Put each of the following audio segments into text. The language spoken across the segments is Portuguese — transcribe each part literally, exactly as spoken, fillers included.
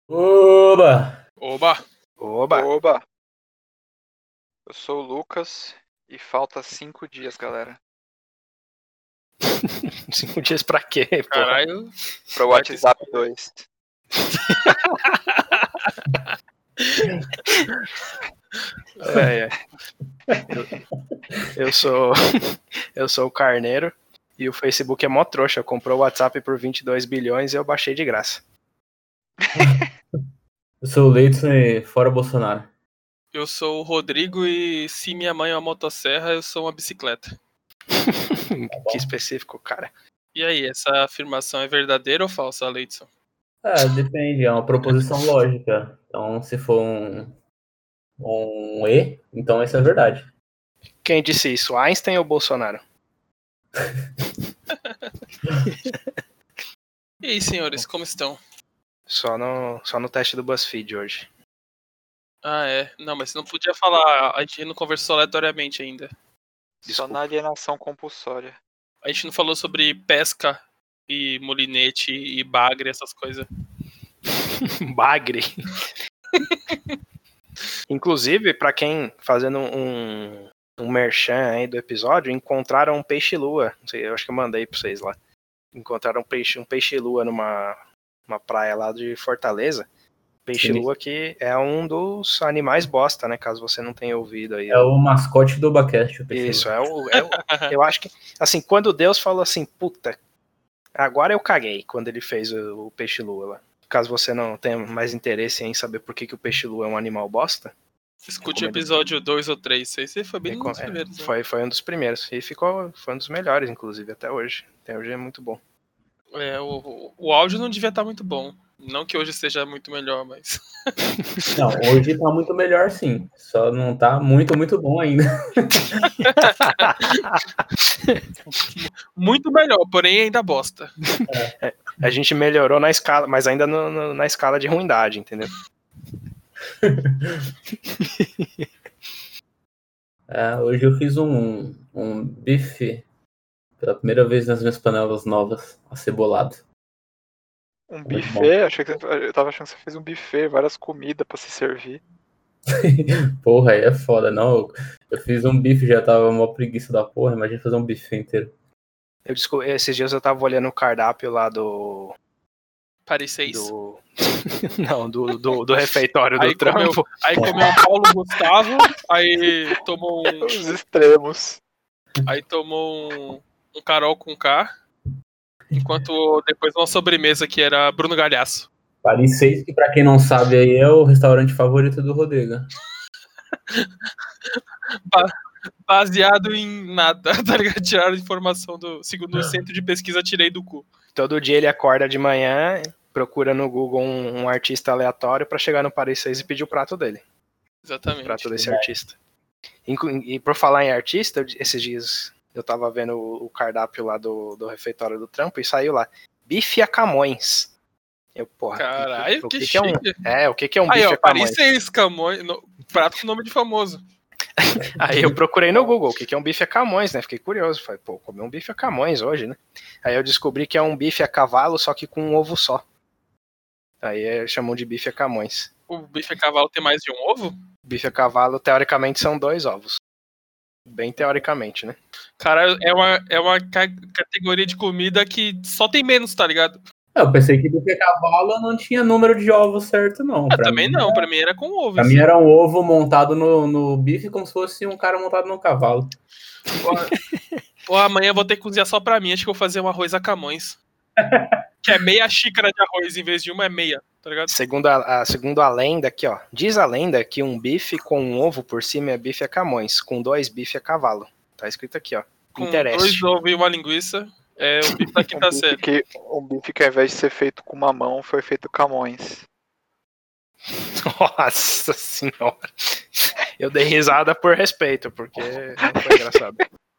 Oba! Oba! Oba! Oba! Eu sou o Lucas e falta cinco dias, galera. Cinco dias pra quê, porra? Caralho. Pro WhatsApp dois. É, é. Eu, eu sou eu sou o Carneiro e o Facebook é mó trouxa. Comprou o WhatsApp por vinte e dois bilhões e eu baixei de graça. Eu sou o Leidson e fora Bolsonaro. Eu sou o Rodrigo e se minha mãe é uma motosserra, eu sou uma bicicleta. Que específico, cara. E aí, essa afirmação é verdadeira ou falsa, Leidson? Ah, depende, é uma proposição lógica. Então, se for um, um E, então isso é verdade. Quem disse isso, Einstein ou Bolsonaro? E aí, senhores, como estão? Só no, só no teste do BuzzFeed hoje. Ah, é. Não, mas você não podia falar. A gente não conversou aleatoriamente ainda. Só Desculpa. na alienação compulsória. A gente não falou sobre pesca e molinete e bagre, essas coisas. Bagre. Inclusive, pra quem fazendo um, um merchan aí do episódio, encontraram um peixe-lua. Não sei, eu acho que eu mandei pra vocês lá. Encontraram um peixe, um peixe-lua numa uma praia lá de Fortaleza. Peixe-lua que é um dos animais bosta, né? Caso você não tenha ouvido aí. É o mascote do Bacast, o peixe. Isso, é o, é o. Eu acho que, assim, quando Deus falou assim, puta, agora eu caguei, quando ele fez o, o peixe-lua lá. Caso você não tenha mais interesse em saber por que, que o peixe-lua é um animal bosta. Escute o episódio dois ou três. Esse foi bem um dos é, primeiros. Né? Foi, foi um dos primeiros. E ficou, foi um dos melhores, inclusive, até hoje. Até hoje é muito bom. É, o, o áudio não devia estar muito bom. Não que hoje seja muito melhor, mas... Não, hoje tá muito melhor sim. Só não tá muito, muito bom ainda. Muito melhor, porém ainda bosta. É, a gente melhorou na escala, mas ainda no, no, na escala de ruindade, entendeu? É, hoje eu fiz um, um bife pela primeira vez nas minhas panelas novas, acebolado. Um Muito buffet? Achei que você, eu tava achando que você fez um buffet, várias comidas pra se servir. Porra, aí é foda, não. Eu fiz um bife, já tava uma preguiça da porra, imagina fazer um bife inteiro. Eu descobri, esses dias eu tava olhando o cardápio lá do... Paris seis. Do... Não, do, do, do refeitório aí do comeu, trampo. Aí comeu um Paulo Gustavo, aí tomou um... Os extremos. Aí tomou um, um Carol com K, enquanto depois uma sobremesa que era Bruno Galhaço. Paris seis, que pra quem não sabe aí é o restaurante favorito do Rodrigo. Baseado em nada, tá ligado? Tiraram informação do... Segundo o Centro de Pesquisa, tirei do cu. Todo dia ele acorda de manhã, procura no Google um, um artista aleatório pra chegar no Paris seis e pedir o prato dele. Exatamente. O prato desse artista. E por falar em artista, esses dias eu tava vendo o cardápio lá do, do refeitório do trampo e saiu lá, bife a Camões. Eu, porra, caralho, o, o que, que, que que é um, é, o que, que é um aí, bife ó, a Camões? Paris seis, Camões, no, prato com nome de famoso. Aí eu procurei no Google o que, que é um bife a Camões, né? Fiquei curioso, falei, pô, comer um bife a Camões hoje, né? Aí eu descobri que é um bife a cavalo, só que com um ovo só. Aí chamam de bife a Camões. O bife a cavalo tem mais de um ovo? Bife a cavalo, teoricamente, são dois ovos. Bem teoricamente, né? Cara, é uma, é uma ca- categoria de comida que só tem menos, tá ligado? Eu pensei que bife a cavalo não tinha número de ovos certo, não. Ah, Pra também mim, não, era... pra mim era com ovo. Pra assim. mim era um ovo montado no, no bife como se fosse um cara montado no cavalo. Pô, amanhã eu vou ter que cozinhar só pra mim, acho que eu vou fazer um arroz a Camões. Que é meia xícara de arroz, em vez de uma é meia, tá ligado? Segundo a, a, segundo a lenda aqui, ó. Diz a lenda que um bife com um ovo por cima é bife a Camões, com dois bife a cavalo. Tá escrito aqui, ó. Com Interesse. dois ovos e uma linguiça, é o bife da quinta um, bife série. que, um bife que ao invés de ser feito com uma mão, foi feito Camões. Nossa senhora. Eu dei risada por respeito, porque não foi engraçado.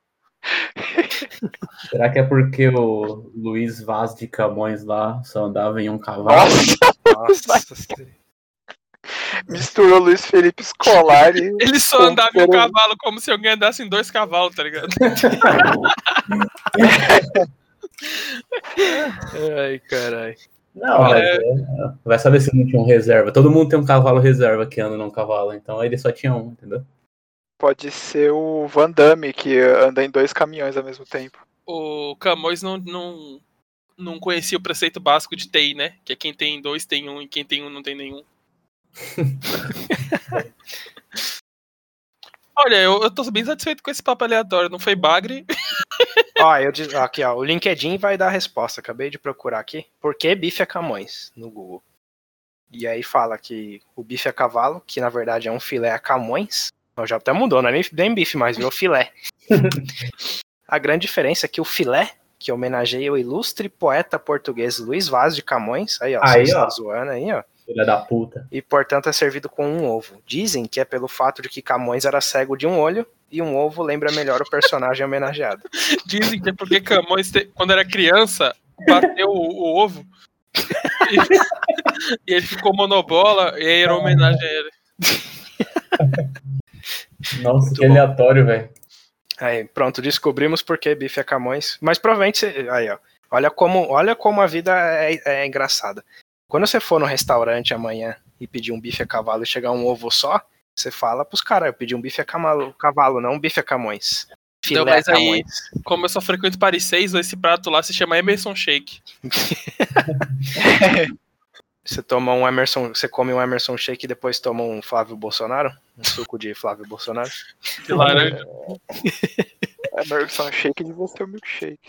Será que é porque o Luiz Vaz de Camões lá só andava em um cavalo? Nossa! Nossa. Misturou Luiz Felipe Scolari. Ele só andava em um cavalo como se alguém andasse em dois cavalos, tá ligado? Ai, caralho. Não, mas É. é, vai saber se não tinha um reserva. Todo mundo tem um cavalo reserva que anda num cavalo, então ele só tinha um, entendeu? Pode ser o Van Damme, que anda em dois caminhões ao mesmo tempo. O Camões não, não, não conhecia o preceito básico de T I, né? Que é quem tem dois tem um e quem tem um não tem nenhum. Olha, eu, eu tô bem satisfeito com esse papo aleatório. Não foi bagre. Ó, eu diz, aqui, ó, o LinkedIn vai dar a resposta. Acabei de procurar aqui. Por que bife a Camões no Google? E aí fala que o bife a cavalo, que na verdade é um filé a Camões. Ó, já até mudou, não é nem, nem bife mais, virou filé. A grande diferença é que o filé, que homenageia o ilustre poeta português Luís Vaz de Camões, aí ó, Aí, você ó. tá zoando aí, ó. Filha da puta. E portanto é servido com um ovo. Dizem que é pelo fato de que Camões era cego de um olho e um ovo lembra melhor o personagem homenageado. Dizem que é porque Camões, te- quando era criança, bateu o, o ovo. E, e ele ficou monobola e aí era homenagem a ele. Nossa, Muito que bom. aleatório, velho. Aí, pronto, descobrimos por que bife é Camões. Mas provavelmente, você- aí ó, olha como, olha como a vida é, é engraçada. Quando você for no restaurante amanhã e pedir um bife a cavalo e chegar um ovo só, você fala pros caras, eu pedi um bife a camalo, cavalo, não um bife a Camões. Filé Não, mas a aí- Camões. Como eu só frequento Paris seis, esse prato lá se chama Emerson Shake. Você toma um Emerson, você come um Emerson Shake e depois toma um Flávio Bolsonaro? Um suco de Flávio Bolsonaro? De laranja. Emerson Shake devia ser o milkshake.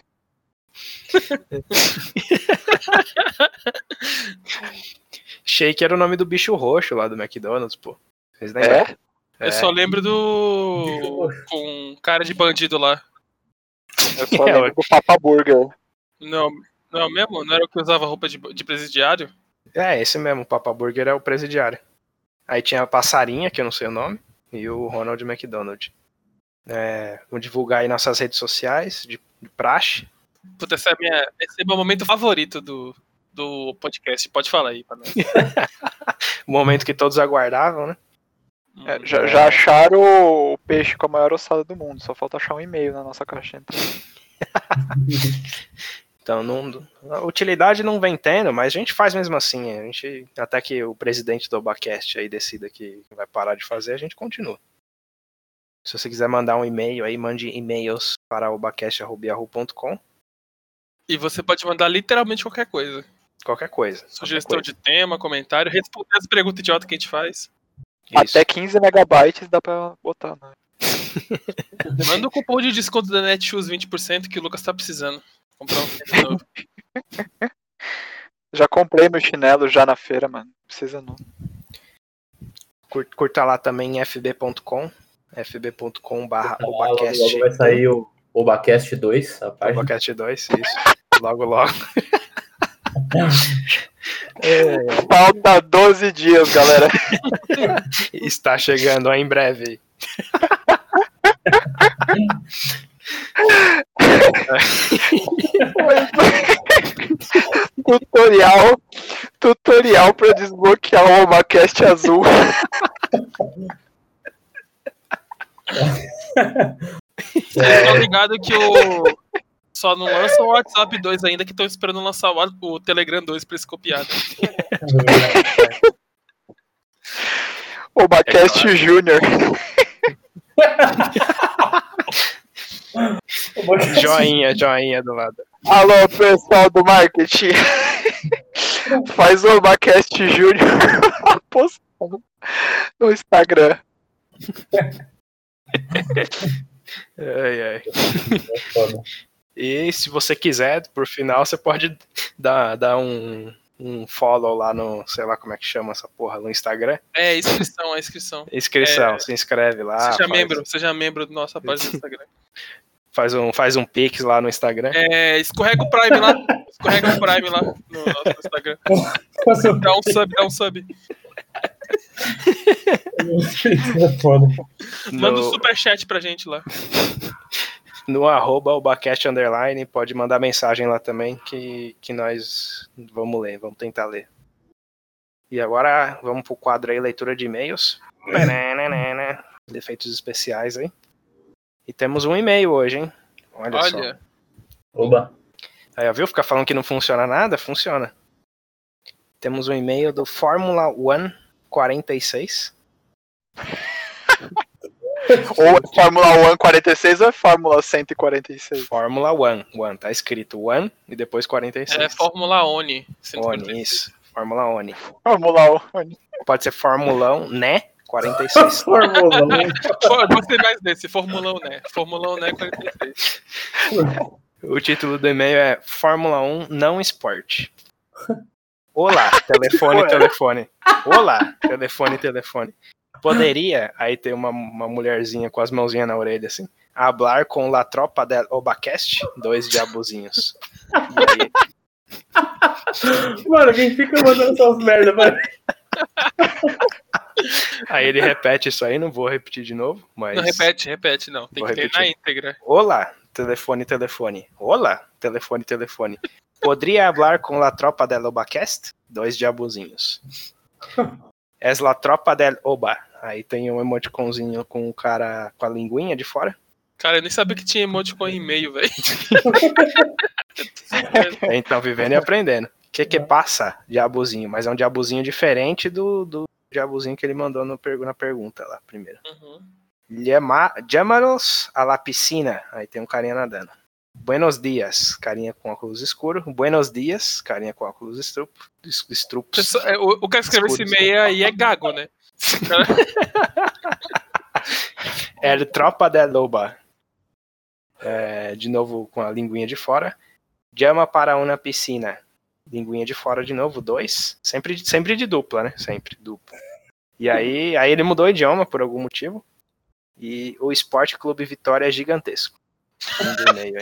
Shake era o nome do bicho roxo lá do McDonald's, pô. Vocês lembram? É? Eu só lembro do. Com cara de bandido lá. Eu só É, lembro do Papa Burger. Não, não mesmo? Não era o que usava roupa de, de presidiário? É, esse mesmo, o Papa Burger é o presidiário. Aí tinha a Passarinha, que eu não sei o nome, e o Ronald McDonald. É, vou divulgar aí nossas redes sociais, de, de praxe. Puta, esse é, minha, esse é meu momento favorito do, do podcast. Pode falar aí pra nós. O momento que todos aguardavam, né? É, já, já acharam o peixe com a maior ossada do mundo, só falta achar um e-mail na nossa caixinha. Então, não, a utilidade não vem tendo, mas a gente faz mesmo assim. A gente, até que o presidente do Obacast aí decida que vai parar de fazer, a gente continua. Se você quiser mandar um e-mail aí, mande e-mails para obacast arroba yahoo ponto com. E você pode mandar literalmente qualquer coisa. Qualquer coisa. Sugestão qualquer de tema, comentário, responder as perguntas idiotas que a gente faz. coisa. Até quinze megabytes dá pra botar, né? Manda o cupom de desconto da Netshoes vinte por cento que o Lucas tá precisando. Comprar um tênis novo. Já comprei meu chinelo já na feira, mano. Não precisa não. Cur- Curta lá também f b ponto com, f b ponto com barra Tá lá, logo, obacast. logo vai sair o Obacast dois, a página. Obacast dois, isso. Logo, logo. É, Falta doze dias, galera. está chegando ó, em breve. tutorial, tutorial pra desbloquear o Obacast azul. Vocês estão ligados que o. Só não lança o WhatsApp dois ainda, que estão esperando lançar o, o Telegram dois pra eles copiarem. Obacast É claro. Júnior. Joinha, joinha do lado. Alô, pessoal do marketing. Faz o Obacast Júnior postando no Instagram. Ai, ai. É foda. E se você quiser, por final, você pode dar, dar um, um follow lá no, sei lá como é que chama essa porra, no Instagram. É, inscrição, é inscrição. Inscrição, É. se inscreve lá. seja faz, membro, seja membro do nossa página do Instagram. Faz um, faz um pix lá no Instagram. É, escorrega o Prime lá. Escorrega o Prime lá no nosso Instagram. Dá um sub, dá um sub. É foda. Manda um No, superchat pra gente lá. no arroba obacast underline, pode mandar mensagem lá também que, que nós vamos ler, vamos tentar ler. E agora vamos pro quadro aí, leitura de e-mails. Defeitos especiais aí. E temos um e-mail hoje, hein? Olha, só. Olha, Oba. Aí, ó, viu? Ficar falando que não funciona nada? Funciona. Temos um e-mail do Fórmula One quarenta e seis. Ou é Fórmula One quarenta e seis ou é Fórmula cento e quarenta e seis? Fórmula One. One. Tá escrito One e depois quarenta e seis. É Fórmula Oni. One, isso. Fórmula Oni. Fórmula One. Pode ser Formulão, né? quarenta e seis. Formulão. Eu gostei mais desse, Formulão, né? Formulão, né? quarenta e seis. O título do e-mail é Fórmula um não esporte. Olá, telefone, telefone. Olá, telefone, telefone. Poderia, aí tem uma, uma mulherzinha com as mãozinhas na orelha assim, hablar com La Tropa del Obacast, dois diabozinhos. E aí... Mano, quem fica mandando essas merda, mano? Aí ele repete isso aí, não vou repetir de novo, mas... Não, repete, repete, não. Tem Vou que repetir. ter na íntegra. Olá, telefone, telefone. Olá, telefone, telefone. Poderia hablar com La Tropa del Obacast? Dois diabozinhos. Es La Tropa del Oba. Aí tem um emoticonzinho com o cara com a linguinha de fora. Cara, eu nem sabia que tinha emoticon em e-mail, velho. Então, vivendo e aprendendo. O que que passa, diabozinho? Mas é um diabozinho diferente do, do diabozinho que ele mandou no, na pergunta lá, primeiro. Uhum. Llámanos a la piscina. Aí tem um carinha nadando. Buenos dias, carinha com óculos escuro. Buenos dias, carinha com óculos estrupo, estrupos. Pessoa- é, O, o cara que escreveu esse e-mail aí é gago, né? El Tropa de Loba. É, de novo com a linguinha de fora. Llama para uma piscina. Linguinha de fora de novo, dois. Sempre, sempre de dupla, né? Sempre dupla. E aí, aí ele mudou o idioma por algum motivo. E o Esporte Clube Vitória é gigantesco. Fim do e-mail, hein?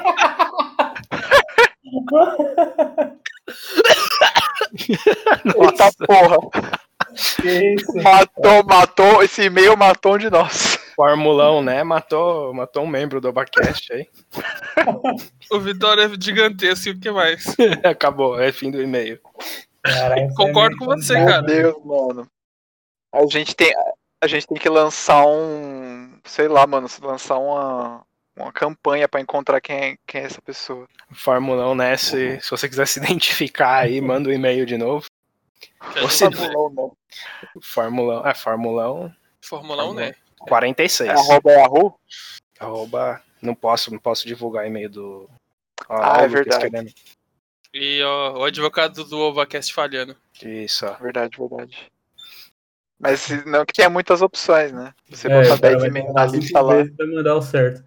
Eita porra. Que isso? Matou, matou. Esse e-mail matou um de nós. Formulão, né? Matou, matou um membro do Obacast aí. O Vitória é gigantesco e o que mais? Acabou, é fim do e-mail. Caralho, isso Concordo é com meio você, complicado. cara. Meu Deus, mano. A gente tem, a gente tem que lançar um, sei lá, mano, lançar uma, uma campanha pra encontrar quem é, quem é essa pessoa. Formulão, né? Se, se você quiser se identificar aí, manda um e-mail de novo. Ou se, Fórmula um, né? Formulão, é Formulão Fórmula um, né? quarenta e seis. É arroba Yahoo? Arroba, não posso, não posso divulgar e-mail do... Ó, Ah, ó, é o Lucas verdade. querendo. E ó, o advogado do Ovacast falhando. Isso, ó. Verdade, verdade. Mas se- não que tenha muitas opções, né? Você É, botar o cara dez vai e-mails tentar na lista cinco lá. vezes pra mandar o certo.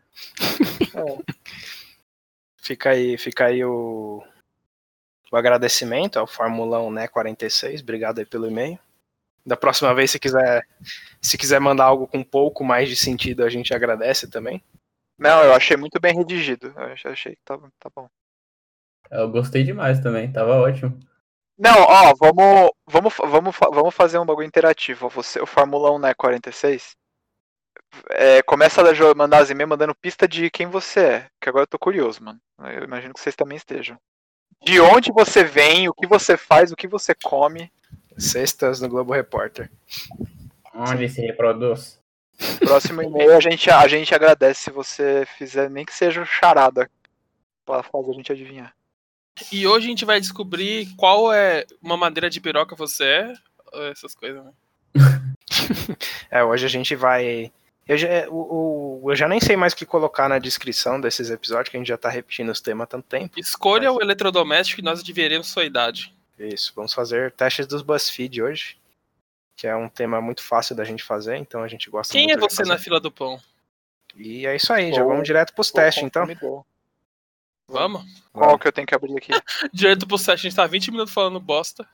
Fica aí, fica aí o, o agradecimento ao Formulão, né, quarenta e seis. Obrigado aí pelo e-mail. Da próxima vez, se quiser, se quiser mandar algo com um pouco mais de sentido, a gente agradece também. Não, eu achei muito bem redigido. Eu ach- achei que tá, tá bom. Eu gostei demais também, tava ótimo. Não, ó, vamos, vamos, vamos, fa- vamos fazer um bagulho interativo. Você, o Fórmula um, né, quarenta e seis, é, começa a jo- mandar as e-mails mandando pista de quem você é. Que agora eu tô curioso, mano. Eu imagino que vocês também estejam. De onde você vem, o que você faz, o que você come. Sextas no Globo Repórter. Onde se reproduz? Próximo e-mail a gente, a gente agradece se você fizer, nem que seja charada, pra fazer a gente adivinhar. E hoje a gente vai descobrir qual é uma madeira de piroca você é. Essas coisas, né? É, hoje a gente vai... Eu já, o, o- eu já nem sei mais o que colocar na descrição desses episódios, que a gente já tá repetindo os temas há tanto tempo. Escolha o eletrodoméstico e nós adivinharemos sua idade. Isso, vamos fazer testes dos BuzzFeed hoje, que é um tema muito fácil da gente fazer, então a gente gosta Quem muito é de você fazer. na fila do pão? E é isso aí, já Sou- vamos direto pros Sou testes, então. consumidor. Vamos? Qual que eu tenho que abrir aqui? Direto pro set, a gente tá vinte minutos falando bosta.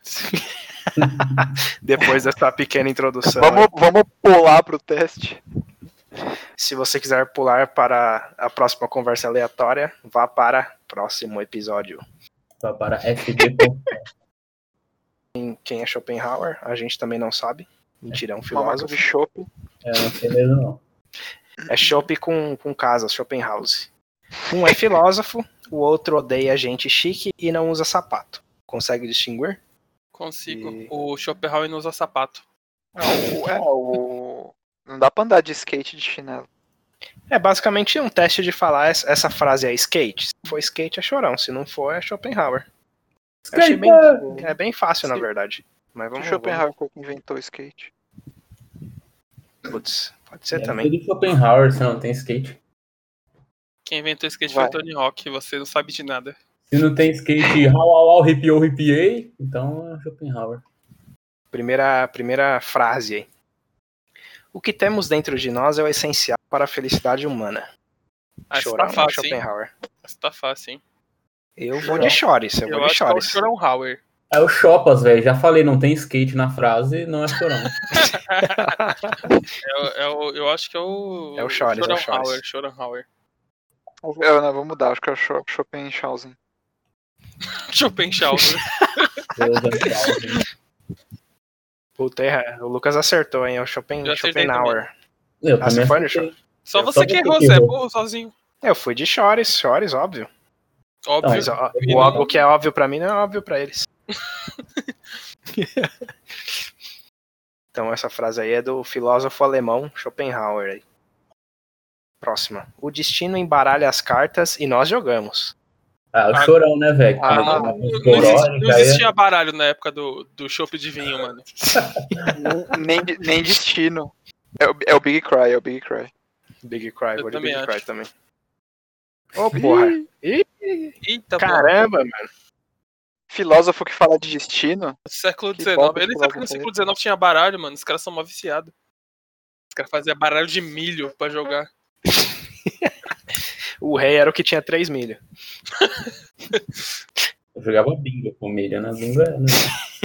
Depois dessa pequena introdução. Vamos, vamos pular pro teste. Se você quiser pular para a próxima conversa aleatória, vá para o próximo episódio. Só para F B. Quem- Quem é Schopenhauer, a gente também não sabe. Mentira, é um Uma marca filósofo. de chopp. É, não sei mesmo não. É Schopen com, com casa, Schopenhauer. Um é filósofo, o outro odeia gente chique e não usa sapato. Consegue distinguir? Consigo. E- O Schopenhauer não usa sapato. É o, é o. Não dá pra andar de skate de chinelo. É basicamente um teste de falar essa essa frase é skate. Se for skate é chorão, se não for é Schopenhauer. Eu achei bem, é bem fácil, na verdade. Mas vamos, o Schopenhauer foi que inventou o skate. Putz, pode ser É, também. de Schopenhauer, você não tem skate. Quem inventou skate Vai. foi Tony Hawk, você não sabe de nada. Se não tem skate, rau, rau, rau, arrepiou, arrepiei, então é Schopenhauer. Primeira, primeira frase aí. O que temos dentro de nós é o essencial para a felicidade humana. Ah, essa Chorão tá fácil, hein? Schopenhauer. Essa tá fácil, hein? Eu vou de Chores, eu, Eu vou de acho que é o Chores. Schopenhauer. É o Chopas, velho. Já falei, não tem skate na frase, não é chorão. É o- é o- eu acho que é o. É o Chores, é o Schopenhauer. Chores. Schopenhauer. Eu, não, vou mudar, acho que é o Cho- Schopenhausen. Schopenhauer. Puta, erra. O Lucas acertou, hein? É o Schopen, Eu acertei Schopenhauer. Eu Ah, você também foi no acertei. Só Eu você só que você errou, que você é errou. burro sozinho. Eu fui de Chores, Chores, óbvio. Óbvio. Mas ó, E o, não- o que é óbvio pra mim não é óbvio pra eles. Então essa frase aí é do filósofo alemão Schopenhauer. Aí. Próxima. O destino embaralha as cartas e nós jogamos. Ah, o chorão, né, velho? Ah, Quando Não, tá não, na não Corona, existia, não já é- existia baralho na época do, do chopp de vinho, mano. nem, nem destino. É o, é o Big Cry, é o Big Cry. Big Cry, Eu vou de também Big acho. Cry também. Ô, porra. Ih, Eita, porra. caramba, mano. Filósofo que fala de destino? Século Que dezenove. bosta Eu nem de sabia que no filósofo século dezenove tinha baralho, mano. Os caras são mó viciados. Os caras faziam baralho de milho pra jogar. O rei era o que tinha três milhas. Eu jogava bingo com milho, né? Bingo é, né?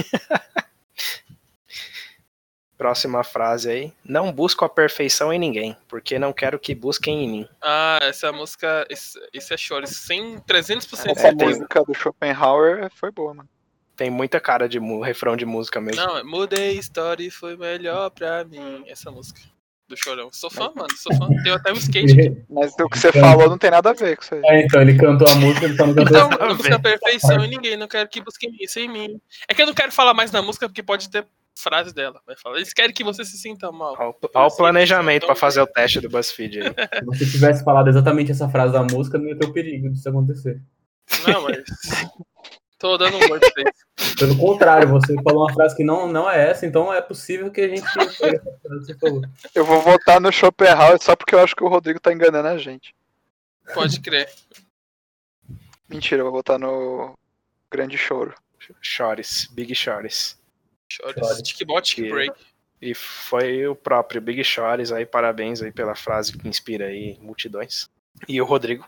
Próxima frase aí. Não busco a perfeição em ninguém, porque não quero que busquem em mim. Ah, essa música. Isso, isso é Chores. Sem trezentos por cento Essa É, tem- música do Schopenhauer foi boa, mano. Tem muita cara de mu- refrão de música mesmo. Não, é mudei história e foi melhor pra mim. Essa música. Do Chorão. Sou fã, mano. Sou fã. Tem até um skate aqui. Mas o que você falou não tem nada a ver com isso aí. É, então, ele cantou a música, ele só não cantou Não, a não busca a perfeição em ninguém. Não quero que busquem isso em mim. É que eu não quero falar mais da música porque pode ter frase dela. Vai falar. Eles querem que você se sinta mal. Olha o- olha o planejamento pra fazer o teste do BuzzFeed aí. Se você tivesse falado exatamente essa frase da música, não ia ter o perigo disso acontecer. Não, mas. Tô dando um humor pra vocês. Pelo contrário, você falou uma frase que não, não é essa, então é possível que a gente pegue essa frase que você falou. Eu vou votar no Schopenhauer só porque eu acho que o Rodrigo tá enganando a gente. Pode crer. Mentira, eu vou votar no Grande Choro. Chores, Big Chores. Chores. Chores. Tickbot, tick break. E foi o próprio Big Chores aí, parabéns aí pela frase que inspira aí multidões. E o Rodrigo.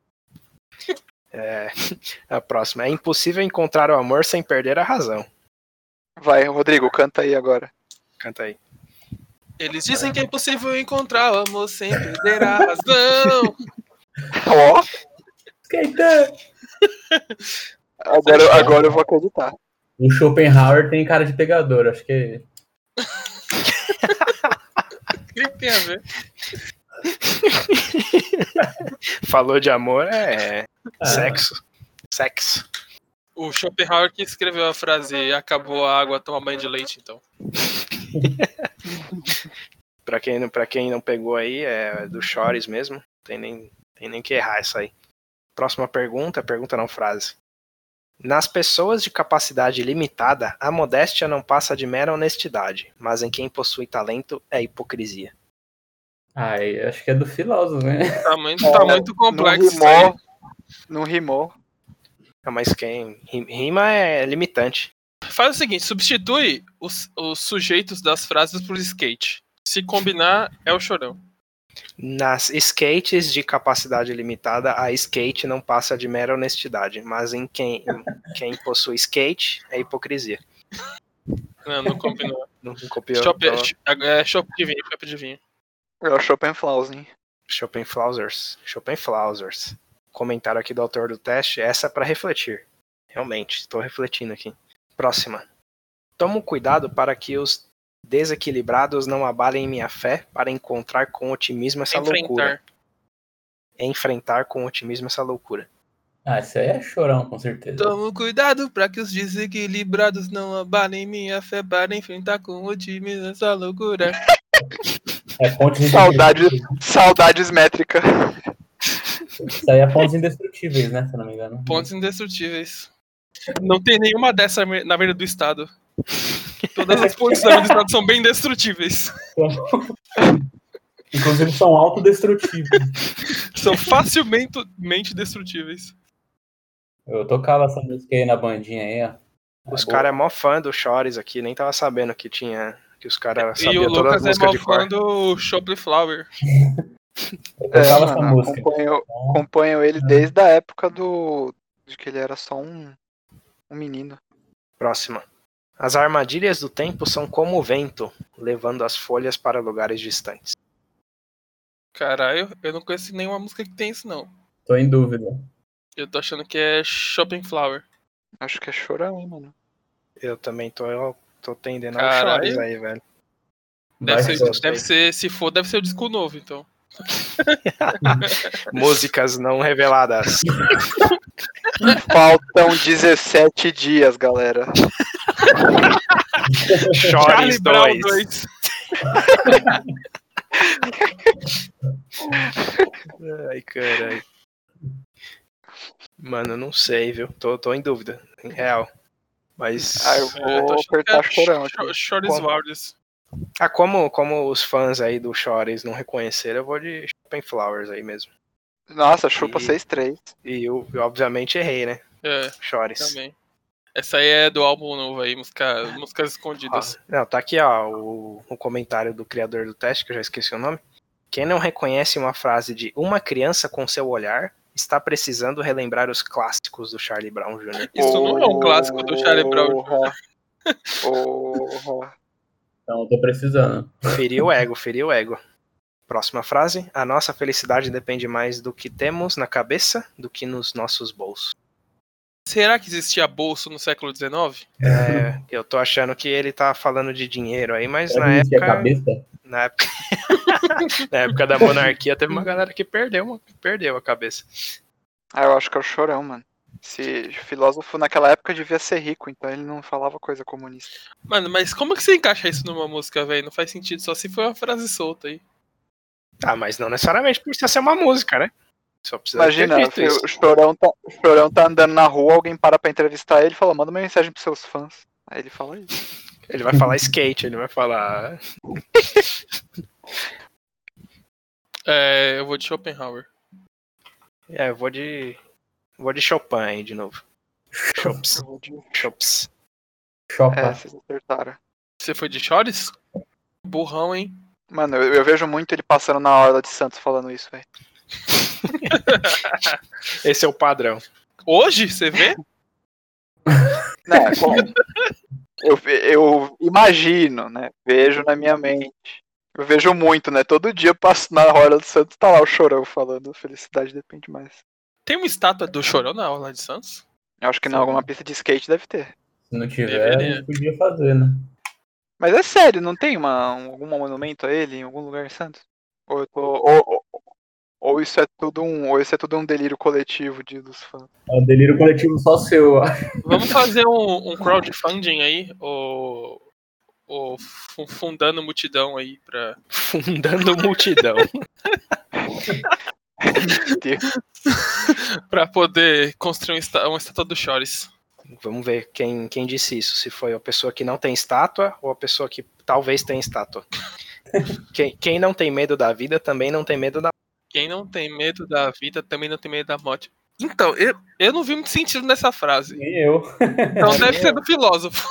É, a próxima. É impossível encontrar o amor sem perder a razão. Vai, Rodrigo, canta aí agora. Canta aí. Eles dizem que é impossível encontrar o amor sem perder a razão. Ó, Skater! agora, agora eu vou acreditar. O Schopenhauer tem cara de pegador, acho que. O que tem a ver? Falou de amor, é Ah, sexo. Sexo. O Schopenhauer que escreveu a frase acabou a água, toma banho de leite, então. Pra quem, não- pra quem não pegou aí, é do Chores mesmo. Tem nem, tem nem que errar isso aí. Próxima pergunta, pergunta não frase. Nas pessoas de capacidade limitada, a modéstia não passa de mera honestidade, mas em quem possui talento é hipocrisia. Ah, eu acho que é do filósofo, né? Tá muito, tá muito Não complexo isso aí. rimou. Não rimou. Ah, mas quem ri- rima é limitante. Faz o seguinte, substitui os, os sujeitos das frases por skate. Se combinar, é o Chorão. Nas skates de capacidade limitada, a skate não passa de mera honestidade, mas em quem, quem possui skate é hipocrisia. Não, não combinou. Não copiou. Chopp Então, é chopp de vinho, chopp de vinho. É o Schopenhausen. Schopenflausers. Schopenflausers. Comentário aqui do autor do teste, essa é para refletir. Realmente, estou refletindo aqui. Próxima. Tomo cuidado para que os desequilibrados não abalem minha fé para encontrar com otimismo essa loucura. Enfrentar. Enfrentar com otimismo essa loucura. Ah, isso aí é chorão, com certeza. Tomo cuidado para que os desequilibrados não abalem minha fé para enfrentar com otimismo essa loucura. É pontes Saudade, indestrutíveis. saudades métrica. Isso aí é pontos indestrutíveis, né? Se eu não me engano. Pontos indestrutíveis. Não tem nenhuma dessa na Avenida do Estado. Todas as pontes da Avenida do Estado são bem destrutíveis. Inclusive são autodestrutíveis. São facilmente destrutíveis. Eu tocava essa música aí na bandinha aí, ó. Os É caras é mó fã do Chores aqui, nem tava sabendo que tinha. Que os caras E sabiam o todas as Lucas é músicas mó de fã cor. do Chopley Flower. Eu É, tocava essa mano, música. acompanho, acompanho ele desde a época do. De que ele era só um. Um menino. Próxima. As armadilhas do tempo são como o vento, levando as folhas para lugares distantes. Caralho, eu não conheço nenhuma música que tem isso, não. Tô em dúvida. Eu tô achando que é Shopping Flower. Acho que é Chorão, hein, mano. Eu também tô, eu tô tendendo ao Caralho. Chores aí, velho. Deve, Vai ser, ser. deve ser, se for, deve ser o disco novo, então. Músicas não reveladas. Faltam dezessete dias, galera. Chores Brown dois. Ai, caralho. Mano, não sei, viu? Tô, tô em dúvida, em real. Mas. Ah, eu É, tô vou achando que apertar é Chorão Sh- aqui. Shores Como? Wardes. Ah, como, como os fãs aí do Chores não reconheceram, eu vou de Shopping Flowers aí mesmo. Nossa, chupa E- seis três. E eu, eu obviamente errei, né? É, Chores. também. Essa aí é do álbum novo aí, música, músicas escondidas. Ó, não, tá aqui, ó, o, o comentário do criador do teste, que eu já esqueci o nome. Quem não reconhece uma frase de uma criança com seu olhar está precisando relembrar os clássicos do Charlie Brown Júnior Isso não é um clássico do Charlie Brown. Porra. Porra. Então eu tô precisando. Feriu o ego, feriu o ego. Próxima frase. A nossa felicidade depende mais do que temos na cabeça do que nos nossos bolsos. Será que existia bolso no século dezenove? É, eu tô achando que ele tá falando de dinheiro aí, mas Será na que existia época, cabeça? na época. Na época da monarquia teve uma galera que perdeu, uma- perdeu a cabeça. Ah, eu acho que é o Chorão, mano. Esse filósofo naquela época devia ser rico, então ele não falava coisa comunista. Mano, mas como que você encaixa isso numa música, velho? Não faz sentido, só se for uma frase solta aí. Ah, mas não necessariamente precisa ser uma música, né? Só precisa Imagina, ter feito isso. o Chorão, tá, o Chorão tá andando na rua, alguém para pra entrevistar ele e fala, manda uma mensagem pros seus fãs. Aí ele fala isso. Ele vai falar skate, ele vai falar. É, eu vou de Schopenhauer. É, eu vou de. Vou de Chopin aí de novo. Chops. Eu vou de- Chops. Chopa. É, vocês acertaram. Você foi de Chores? Burrão, hein? Mano, eu, eu vejo muito ele passando na Orla de Santos falando isso, velho. Esse é o padrão. Hoje, você vê? Não, é bom. Eu, eu imagino, né? Vejo na minha mente. Eu vejo muito, né? Todo dia eu passo na Orla de Santos, tá lá o Chorão falando. Felicidade depende mais. Tem uma estátua do Chorão na Orla de Santos? Eu acho que em alguma pista de skate deve ter. Se não tiver, Deveria. a gente podia fazer, né? Mas é sério, não tem uma, um- algum monumento a ele em algum lugar em Santos? Ou, eu tô, ou, ou, ou isso é tudo um, ou isso é tudo um delírio coletivo de, dos fãs? É um delírio coletivo só seu. Vamos fazer um, um crowdfunding aí, ou, ou fu- fundando multidão aí pra... Fundando multidão. Meu Deus. pra poder construir um está- uma estátua do Chores. Vamos ver quem, quem disse isso. Se foi a pessoa que não tem estátua ou a pessoa que talvez tenha estátua. Quem, quem não tem medo da vida também não tem medo da. Quem não tem medo da vida também não tem medo da morte. Então, eu, eu não vi muito sentido nessa frase. Nem eu. Então deve ser do filósofo.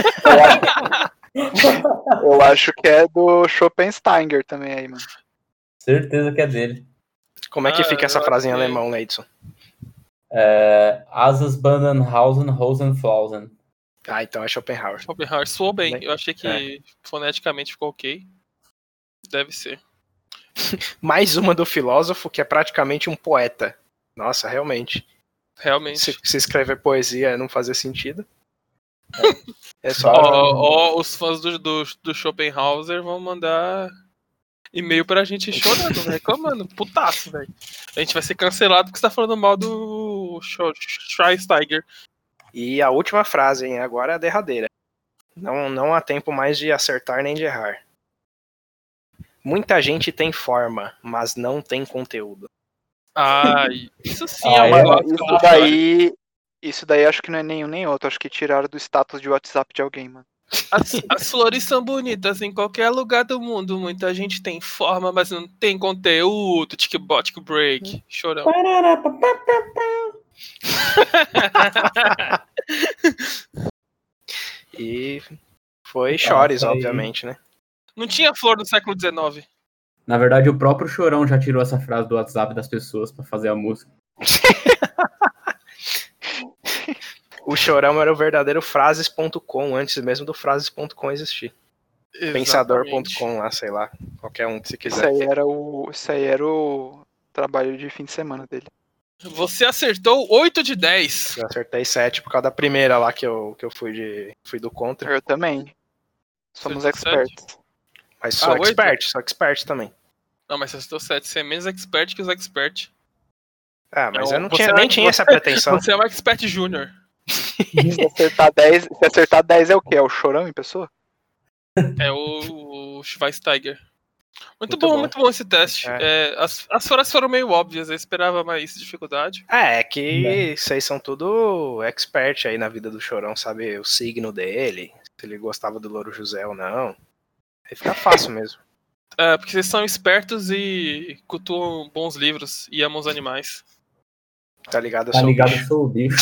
Eu acho que é do Schopensteiner também aí, mano. Certeza que é dele. Como é que Ah, fica essa eu frase em acho que- alemão, Leidson? É, Asas Bandenhausen, Rosenflausen. Ah, então é Schopenhauer. Schopenhauer soou bem. Bem, Eu achei que foneticamente ficou ok. Deve ser. Mais uma do filósofo que é praticamente um poeta. Nossa, realmente. Realmente. Se, se escrever poesia não fazer sentido. É só. Ó, ó, os fãs do, do, do Schopenhauer vão mandar e-mail pra gente chorando, reclamando. Putaço, velho. A gente vai ser cancelado porque você tá falando mal do Sch- Schweinsteiger. E a última frase, hein? Agora é a derradeira. Não, não há tempo mais de acertar nem de errar. Muita gente tem forma, mas não tem conteúdo. Ah, isso sim Ah, é uma é? clássica Isso do Chores. daí, Isso daí acho que não é nenhum nem outro. Acho que tiraram do status de WhatsApp de alguém, mano. As, as flores são bonitas em qualquer lugar do mundo. Muita gente tem forma, mas não tem conteúdo. Tic-bot, break. Chorão. E foi Chores, aí- obviamente, né? Não tinha flor no século dezenove. Na verdade, o próprio Chorão já tirou essa frase do WhatsApp das pessoas pra fazer a música. O Chorão era o verdadeiro frases ponto com, antes mesmo do frases ponto com existir. Pensador ponto com lá, sei lá. Qualquer um que você Isso quiser. aí era o. Isso aí era o trabalho de fim de semana dele. Você acertou oito de dez. Eu acertei sete por causa da primeira lá que eu, que eu fui, de, fui do contra. Eu também. Somos Você experts. Mas sou Ah, oito? expert, sou expert também. Não, mas você acertou sete. Você é menos expert que os experts. Ah, mas Não, eu não você tinha, é- nem tinha essa pretensão. Você é um expert júnior. Se acertar dez, se acertar dez é o quê? É o Chorão em pessoa? É o, o Schweinsteiger. Muito, Muito bom, bom. muito bom esse teste. É. É, as, as frases foram meio óbvias, eu esperava mais dificuldade. É, é que vocês são tudo expert aí na vida do Chorão, sabe o signo dele, se ele gostava do Louro José ou não. Aí fica fácil mesmo. É, porque vocês são espertos e cultuam bons livros e amam os animais. Tá ligado? Eu Tá sou o ligado, eu bicho. sou o bicho.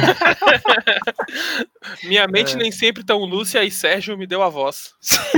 Minha mente É. nem sempre tão lúcia e Sérgio me deu a voz.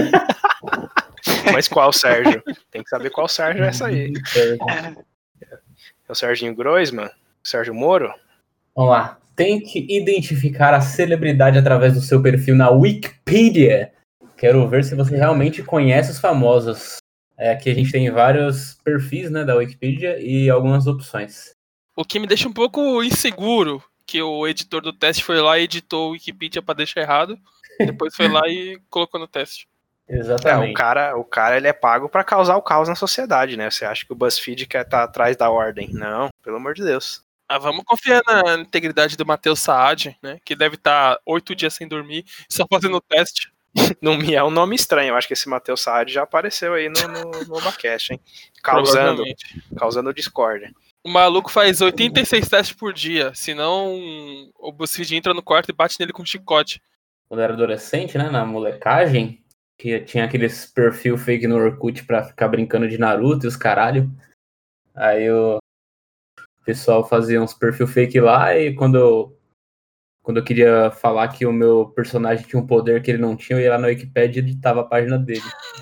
Mas qual Sérgio? Tem que saber qual Sérgio é essa aí. É o Serginho Groisman? Sérgio Moro? Vamos lá. Tente identificar a celebridade através do seu perfil na Wikipedia. Quero ver se você realmente conhece os famosos. É, aqui a gente tem vários perfis, né, da Wikipedia e algumas opções. O que me deixa um pouco inseguro, que o editor do teste foi lá e editou o Wikipedia pra deixar errado. Depois foi lá e colocou no teste. É, Exatamente. o cara, o cara ele é pago pra causar o caos na sociedade, né? Você acha que o BuzzFeed quer estar atrás da ordem? Não, pelo amor de Deus. Ah, vamos confiar na integridade do Matheus Saad, né? Que deve estar oito dias sem dormir, só fazendo o teste. Não me é um nome estranho. Eu acho que esse Matheus Saad já apareceu aí no, no, no Obacast, hein? Causando, Provavelmente. causando discórdia. O maluco faz oitenta e seis testes por dia, senão o BuzzFeed entra no quarto e bate nele com um chicote. Quando eu era adolescente, né, na molecagem, que tinha aqueles perfil fake no Orkut pra ficar brincando de Naruto e os caralho. Aí o pessoal fazia uns perfil fake lá e quando eu, quando eu queria falar que o meu personagem tinha um poder que ele não tinha, eu ia lá na Wikipedia e editava a página dele.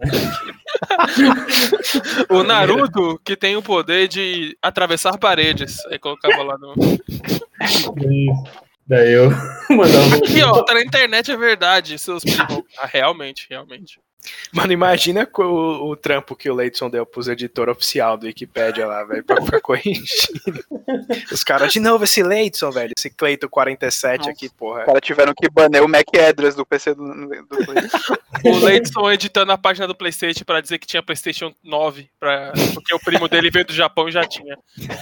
O Naruto, que tem o poder de atravessar paredes. Aí colocava lá no. E daí eu mandava... Aqui, ó, tá na internet, é verdade, seus primos. Ah, realmente, realmente. Mano, imagina o, o trampo que o Leidson deu pros editor oficial do Wikipedia lá, velho, pra ficar corrigindo. Os caras, de novo esse Leidson, velho, esse Cleito quarenta e sete Nossa. aqui, porra. Os caras tiveram que banir o Mac Address do P C do, do Play. O Leidson editando a página do PlayStation pra dizer que tinha PlayStation nove, pra... porque o primo dele veio do Japão e já tinha.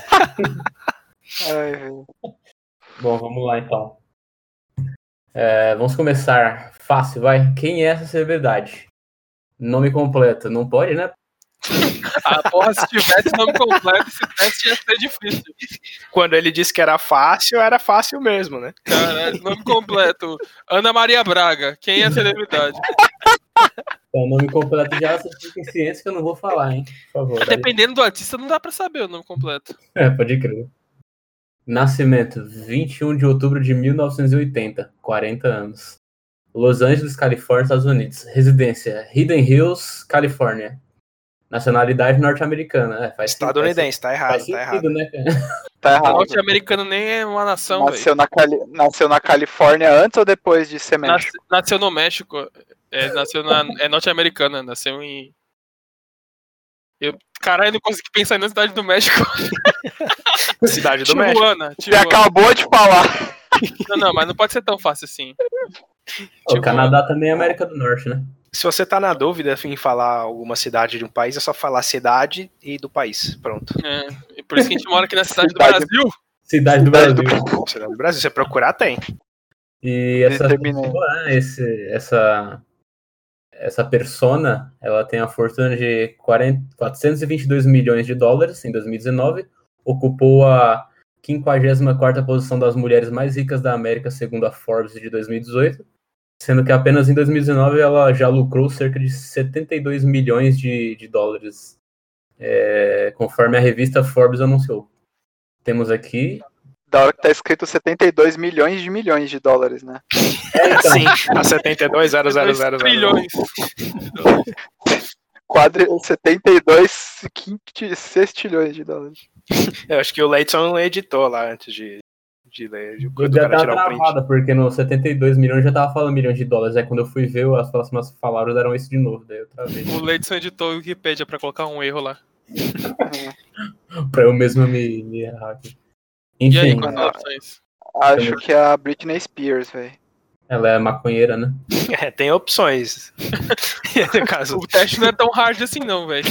Ai, velho. Bom, vamos lá então. É, vamos começar fácil, vai. Quem é essa celebridade? Nome completo. Não pode, né? Ah, porra, se tivesse nome completo, esse teste ia ser difícil. Quando ele disse que era fácil, era fácil mesmo, né? Caralho, nome completo. Ana Maria Braga. Quem é a celebridade? O nome completo já você fica em ciência que eu não vou falar, hein? Por favor. daí- Dependendo do artista, não dá pra saber o nome completo. É, pode crer. Nascimento, vinte e um de outubro de mil novecentos e oitenta, quarenta anos. Los Angeles, Califórnia, Estados Unidos. Residência, Hidden Hills, Califórnia. Nacionalidade norte-americana. É, faz Estadunidense, tá errado, Faz tá errado. sentido, né, cara? Tá errado. Norte-americano nem é uma nação, velho. Nasceu na, Cali... Nasceu na Califórnia antes ou depois de ser Nas- México? Nasceu no México. É, nasceu na. É norte-americana. Nasceu em. Eu, caralho, eu não consegui pensar na cidade do México. Cidade do México. Tijuana. Você Tijuana. acabou de falar. Não, não, mas não pode ser tão fácil assim. O Canadá também é América do Norte, né? Se você tá na dúvida em falar alguma cidade de um país, é só falar cidade e do país. Pronto. É, e por isso que a gente mora aqui na cidade do Cidade- Brasil. Cidade do Cidade Brasil. do- Cidade do Brasil, se você procurar, tem. E essa Determinei. pessoa, né, esse, essa, essa persona, ela tem a fortuna de quarenta, quatrocentos e vinte e dois milhões de dólares em dois mil e dezenove, ocupou a quinquagésima quarta posição das mulheres mais ricas da América, segundo a Forbes de dois mil e dezoito, sendo que apenas em dois mil e dezenove ela já lucrou cerca de setenta e dois milhões de, de dólares, é, conforme a revista Forbes anunciou. Temos aqui... Da hora que tá escrito setenta e dois milhões de milhões de dólares, né? É, então, Sim, a setenta e dois mil dois trilhões. Quadri... setenta e dois sextilhões de dólares. Eu acho que o Leidson editou lá antes de, de ler. De, eu do já cara tava tirar o print. travada, porque no setenta e dois milhões já tava falando milhões de dólares. Aí quando eu fui ver, as próximas palavras eram isso de novo. Daí eu travei. O Leidson editou o Wikipedia pra colocar um erro lá. Pra eu mesmo me, me errar aqui. E aí, Enfim, quais são as opções? Acho que é a Britney Spears, velho. ela é maconheira, né? É, tem opções. No caso, O teste não é tão hard assim não, velho.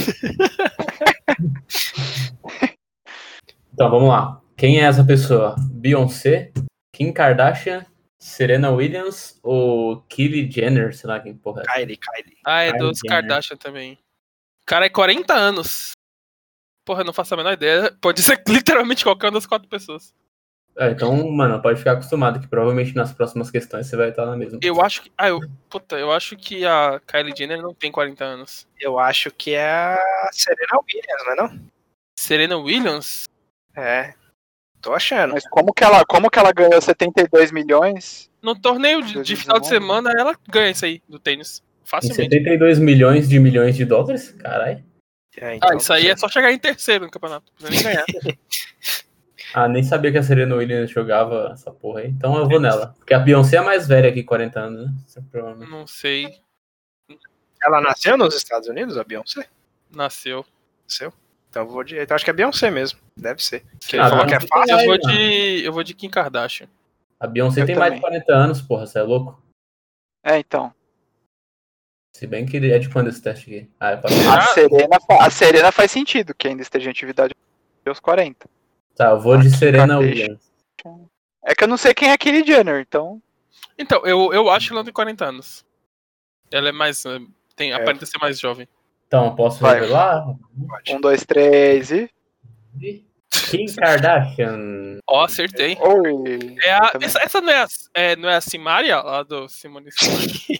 Então, vamos lá. Quem é essa pessoa? Beyoncé, Kim Kardashian, Serena Williams ou Kylie Jenner? Sei lá quem porra é essa. Kylie, Kylie. Ah, é Kylie dos Jenner. Kardashian também. Cara, é quarenta anos. Porra, eu não faço a menor ideia. Pode ser literalmente qualquer uma das quatro pessoas. É, então, mano, pode ficar acostumado que provavelmente nas próximas questões você vai estar na mesma. Eu acho que... Ah, eu... Puta, eu acho que a Kylie Jenner não tem quarenta anos. Eu acho que é a Serena Williams, não é não? Serena Williams? É. Tô achando. Mas como que ela, como que ela ganhou setenta e dois milhões? No torneio de, de final de semana, ela ganha isso aí, do tênis. Em Facilmente. setenta e dois milhões de milhões de dólares? Caralho. É, então, Ah, isso aí é só chegar em terceiro no campeonato. Não precisa nem ganhar. Ah, nem sabia que a Serena Williams jogava essa porra aí. Então eu vou nela. Porque a Beyoncé é mais velha que quarenta anos, né? Isso é provavelmente. Não sei. Ela nasceu nos Estados Unidos, a Beyoncé? Nasceu. Nasceu? Então eu vou de. Então acho que é Beyoncé mesmo. Deve ser. Você Ah, falou não, que é não fácil. Eu Ai, vou mano. de. Eu vou de Kim Kardashian. A Beyoncé Eu tem mais de também. quarenta anos, porra, você é louco? É, então. Se bem que é de quando esse teste aqui? Ah, é pra ser. A Ah. Serena, fa- a Serena faz sentido que ainda esteja em atividade aos quarenta. Tá, eu vou de Kim Serena Kardashian. Williams. É que eu não sei quem é Kylie Jenner, então. Então, eu, eu acho que ela tem quarenta anos. Ela é mais. eh, Tem, É. aparenta ser mais jovem. Então, posso Vai. revelar? Pode. Um, dois, três e. Kim Kardashian. Ó, acertei. Oi! É a, Eu também. essa, essa não é a, é, não é a Simaria, lá do Simone Simone?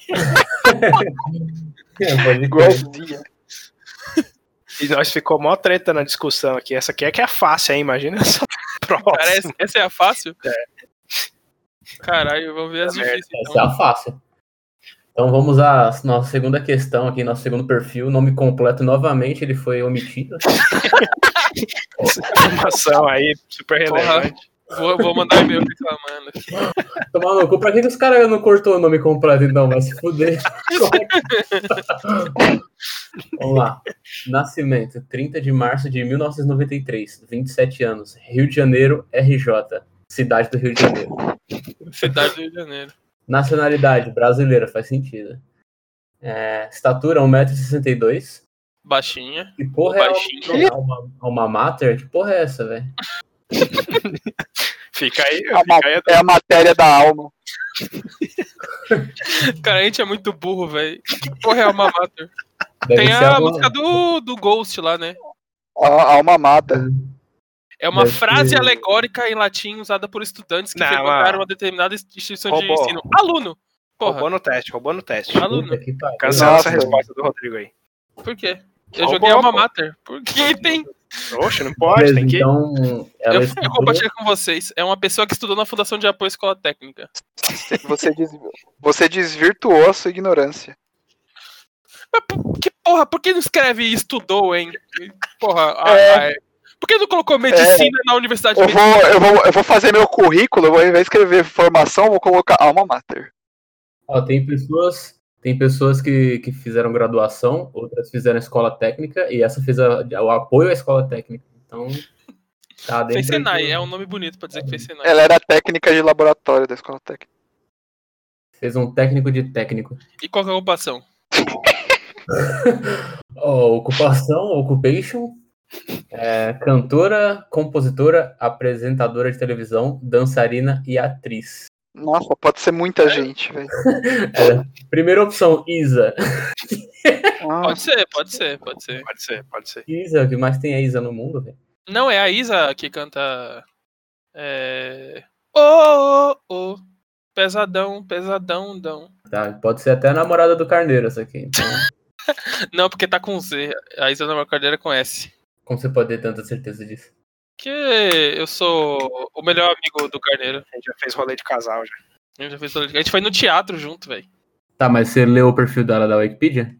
É, pode crer. Igualzinha. E nós ficou mó treta na discussão aqui. Essa aqui é que é fácil, hein? Imagina essa próxima. Cara, essa, essa é a fácil? Caralho, vamos ver as É merda. difíceis. Essa é a fácil. Então vamos à nossa segunda questão aqui, nosso segundo perfil. Nome completo, novamente, ele foi omitido. Informação aí super Porra. relevante. Vou, vou mandar e-mail reclamando. Tomar no cu, pra que, que os caras não cortou o nome completo então? Vai se fuder. Vamos lá. Nascimento, trinta de março de mil novecentos e noventa e três, vinte e sete anos, Rio de Janeiro, R J, cidade do Rio de Janeiro. Cidade do Rio de Janeiro. Nacionalidade, brasileira, faz sentido. É, estatura, um metro e sessenta e dois. Baixinha. Que porra é Baixinho. alma, alma mater? Que porra é essa, velho? Fica aí, A ma- fica aí. É a matéria da alma. Cara, a gente é muito burro, velho. Que porra é Alma Mater? Deve Tem ser a alguma- música do, do Ghost lá, né? A a alma amada. É uma Deve frase ser- alegórica em latim usada por estudantes que Não, frequentaram mas- uma determinada instituição Roubou. de ensino. Aluno! Porra, Roubou no teste, roubou no teste. aluno. Puta que pariu. Cancela Nossa. essa resposta do Rodrigo aí. Por quê? Eu Roubou, joguei Alma pô. Mater. Por que tem? Oxe, não pode, Beleza, tem que. então, ela Eu, eu estudou... compartilho com vocês. É uma pessoa que estudou na Fundação de Apoio à Escola Técnica. Você, des... Você desvirtuou a sua ignorância. Mas por- que porra, por que não escreve estudou, hein? Porra, a- É. a- por que não colocou medicina na Universidade de Eu Medicina? vou, eu, vou, eu vou fazer meu currículo, eu vou, ao invés de escrever formação, eu vou colocar alma mater. Ó, tem pessoas, tem pessoas que, que fizeram graduação, outras fizeram escola técnica, e essa fez a- o apoio à escola técnica. Então, tá dentro Fez Senai, de- é um nome bonito pra dizer que fez Senai. Ela era técnica de laboratório da escola técnica. Fez um técnico de técnico. E qual que é a ocupação? Ó, ocupação, occupation, é, cantora, compositora, apresentadora de televisão, dançarina e atriz. Nossa, pode ser muita gente, velho. É, primeira opção, Isa. Ah, Pode ser, pode ser, pode ser. Pode ser, pode ser. Isa, o que mais tem é Isa no mundo, velho. Não, é a Isa que canta É... Oh, oh, oh. Pesadão, pesadão, dão. Tá, pode ser até a namorada do Carneiro essa aqui. Então, Não, porque tá com Z. A Isa da Carneira com S. como você pode ter tanta certeza disso? Que eu sou o melhor amigo do Carneiro. A gente já fez rolê de casal já. Eu já fiz... A gente foi no teatro junto, velho. Tá, mas você leu o perfil dela da Wikipedia?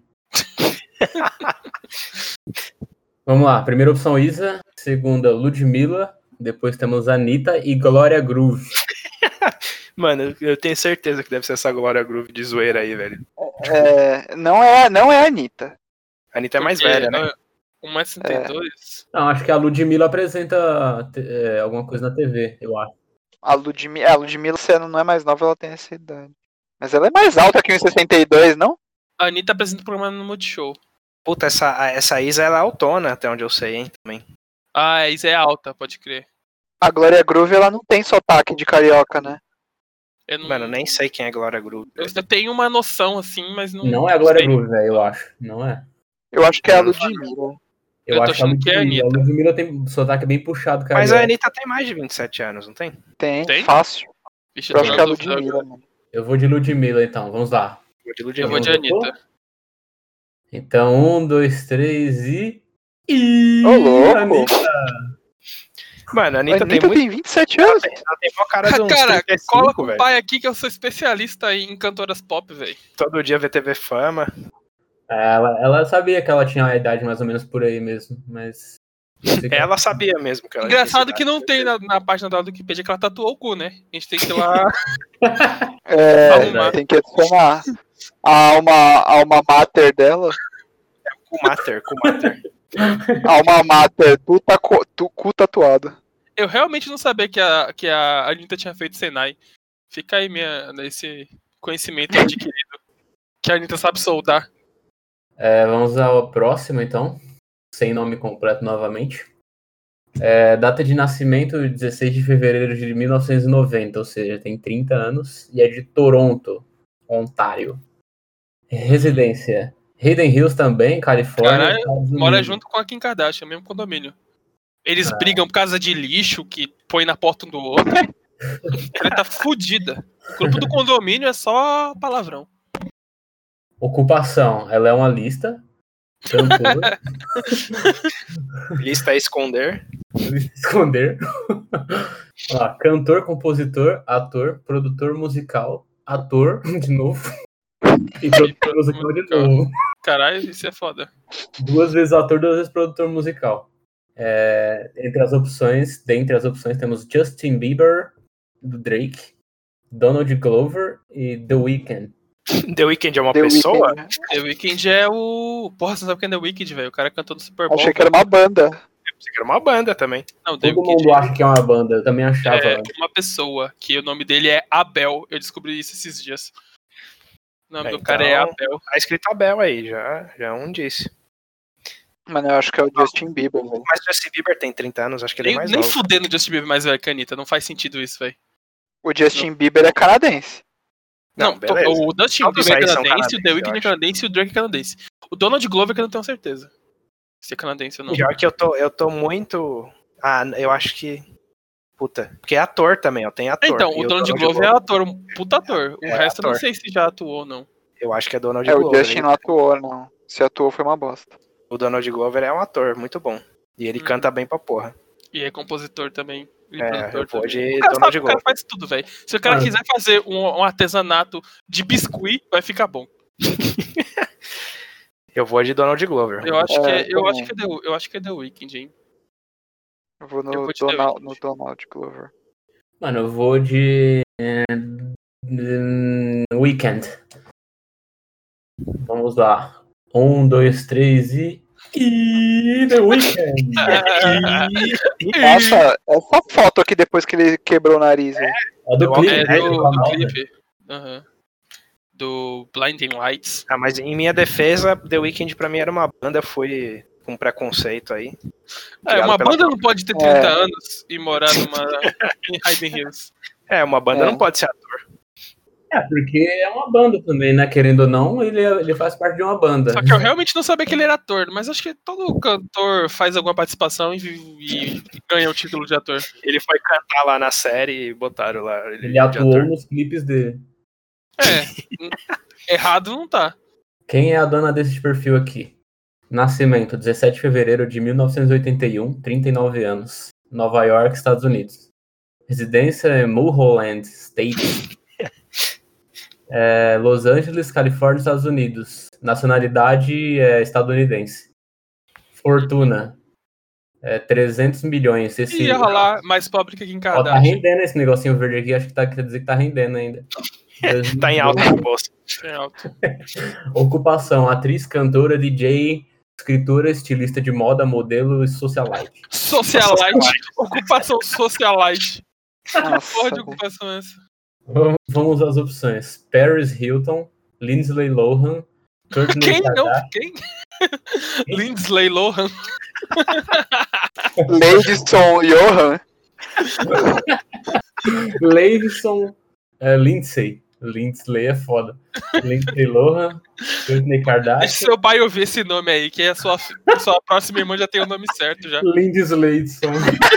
Vamos lá. Primeira opção, Isa. Segunda, Ludmilla. Depois temos Anitta e Glória Groove. Mano, eu tenho certeza que deve ser essa Glória Groove de zoeira aí, velho. É, não, é, não é a Anitta. A Anitta é mais Porque, velha, né? um metro e sessenta e dois. Não, acho que a Ludmilla apresenta é, alguma coisa na T V, eu acho. A Ludmilla, a Ludmilla, se ela não é mais nova, ela tem essa idade. Mas ela é mais alta que um sessenta e dois, não? A Anitta apresenta o programa no Multishow. Puta, essa, essa Isa, ela é autona, até onde eu sei, hein, também. Ah, a Isa é alta, pode crer. A Glória Groove, ela não tem sotaque de carioca, né? Eu não... Mano, eu nem sei quem é Glória Groove. Eu eu tenho uma noção, assim, mas não... Não é a Glória sei. Groove, velho, eu acho. Não é. Eu acho que é a Eu não Ludmilla. Eu, Eu tô acho que a achando que é a Ludmilla. A Anitta. Ludmilla tem sotaque bem puxado, cara. Mas a Anitta tem mais de vinte e sete anos, não tem? Tem, Tem? fácil. Vixe, Eu tô acho na que é a dúvida Ludmilla, agora. mano. Eu vou de Ludmilla, então. Vamos lá. Vou de Eu Ludmilla. vou de Votou? Anitta. Então, um, dois, três e... Ih, Ô, louco. Anitta. Mano, a A Anitta, Anitta tem tem, muito... vinte e sete anos. Ela tem uma cara de uns Cara, trinta e cinco, cola com o velho. pai aqui que eu sou especialista em cantoras pop, velho. Todo dia vê T V Fama. Ela, ela sabia que ela tinha uma idade mais ou menos por aí mesmo, mas... Ela sabia mesmo que ela Engraçado tinha que não essa tem idade. na, na página da Wikipedia que ela tatuou o cu, né? A gente tem que ir lá É, arrumar. tem que adicionar a alma, a alma mater dela. Com mater, com mater. A alma mater, tu, tá, co- tu cu tatuado. Eu realmente não sabia que a, que a Anitta tinha feito Senai. Fica aí minha, esse conhecimento adquirido. Que a Anitta sabe soldar. É, vamos ao próximo, então. Sem nome completo novamente. É, data de nascimento, dezesseis de fevereiro de mil novecentos e noventa, ou seja, tem trinta anos. E é de Toronto, Ontário. Residência, Hayden Hills também, Califórnia. Caralho, Estados mora Unidos. junto com a Kim Kardashian, mesmo condomínio. Eles Ah. brigam por causa de lixo que põe na porta um do outro. Ele tá fudida. O grupo do condomínio é só palavrão. Ocupação, ela é uma lista. Cantor, Lista a esconder. lista esconder. Ó, cantor, compositor, ator, produtor musical, ator, de novo. E produtor musical de novo. Caralho, isso é foda. Duas vezes ator, duas vezes produtor musical. É, entre as opções, dentre as opções temos Justin Bieber, do Drake, Donald Glover e The Weeknd. The Weeknd é uma The pessoa? Weeknd. The Weeknd é o. Porra, você não sabe quem é The Weeknd, velho? O cara cantou no Super Bowl. Achei que era uma banda. Eu pensei que era uma banda também. Não, The Todo Weeknd mundo acha que é uma banda, eu também achava. é uma pessoa, que o nome dele é Abel. Eu descobri isso esses dias. O nome É, do cara é então- Abel. Tá escrito Abel aí, já, já é um disse. Mano, eu acho que é o Justin Bieber, velho. Mas o Justin Bieber tem trinta anos, acho que ele Nem, é mais nem novo. fudendo o Justin Bieber mais velho que a Anitta. Não faz sentido isso, velho. O Justin Bieber é canadense. Não, Não, beleza. o Justin Todos Bieber é aí são canadense, o The canadenses, Weeknd eu é acho. canadense e o Drake é canadense. O Donald Glover que eu não tenho certeza se é canadense ou não. Pior que eu tô, eu tô muito... Ah, eu acho que... Puta, porque é ator também, ó, tem ator. Então, E o Donald Glover é ator, um puta ator. O É, resto eu não ator. sei se já atuou ou não. Eu acho que é Donald É, o Glover. Justin não atuou, não. Se atuou, foi uma bosta. O Donald Glover é um ator muito bom. E ele Hum. canta bem pra porra. E é compositor também. E É, produtor eu vou também. de O cara, Donald sabe, o cara Glover. faz tudo, velho. Se o cara Ah. quiser fazer um, um artesanato de biscuit, vai ficar bom. Eu vou de Donald Glover. Eu acho, É, que, é, eu também. acho, que, é The, eu acho que é The Weeknd, hein? Eu vou no, Eu vou de Donald, The no Weeknd. Donald Glover. Mano, eu vou de. é, hum, Weekend. Vamos lá. Um, dois, três e. E The Weeknd. Nossa, essa foto aqui depois que ele quebrou o nariz, velho. É do É, clipe, É né? do, Do do canal, né? clipe. Aham. Do Blinding Lights. Ah, mas em minha defesa, The Weeknd pra mim era uma banda, foi com preconceito aí. É, Criado uma pela banda não pode ter trinta É. anos e morar numa em Hayden Hills. É, uma banda É. não pode ser ator. É, porque é uma banda também, né? Querendo ou não, ele, ele faz parte de uma banda. Só que eu realmente não sabia que ele era ator, mas acho que todo cantor faz alguma participação e, e ganha o título de ator. Ele foi cantar lá na série e botaram lá ele, Ele de atuou ator. nos clipes dele. É, errado não tá. Quem é a dona desse perfil aqui? Nascimento, dezessete de fevereiro de mil novecentos e oitenta e um, trinta e nove anos. Nova York, Estados Unidos. Residência é Mulholland State. É, Los Angeles, Califórnia, Estados Unidos. Nacionalidade é estadunidense. Fortuna. É, trezentos milhões. Esse, Ia rolar mais pobre que aqui em ó, tá Kardashian. rendendo esse negocinho verde aqui. Acho que tá, quer dizer que tá rendendo ainda. Tá em alta na bolsa. É alto. Ocupação: atriz, cantora, D J, escritora, estilista de moda, modelo e socialite. Socialite. Ocupação socialite. Que Nossa, porra de velho. ocupação é essa? Vamos, vamos às opções. Paris Hilton, Lindsay Lohan, Kourtney Quem não? Kardashian. Quem? Lindsay Lohan. Leidson Johan. Leivson, é, Lindsay. Lindsay é foda. Lindsay Lohan, Kourtney Deixa Kardashian, seu pai ouvir esse nome aí, que a sua, sua próxima irmã já tem o nome certo já. Lindsay Leidson.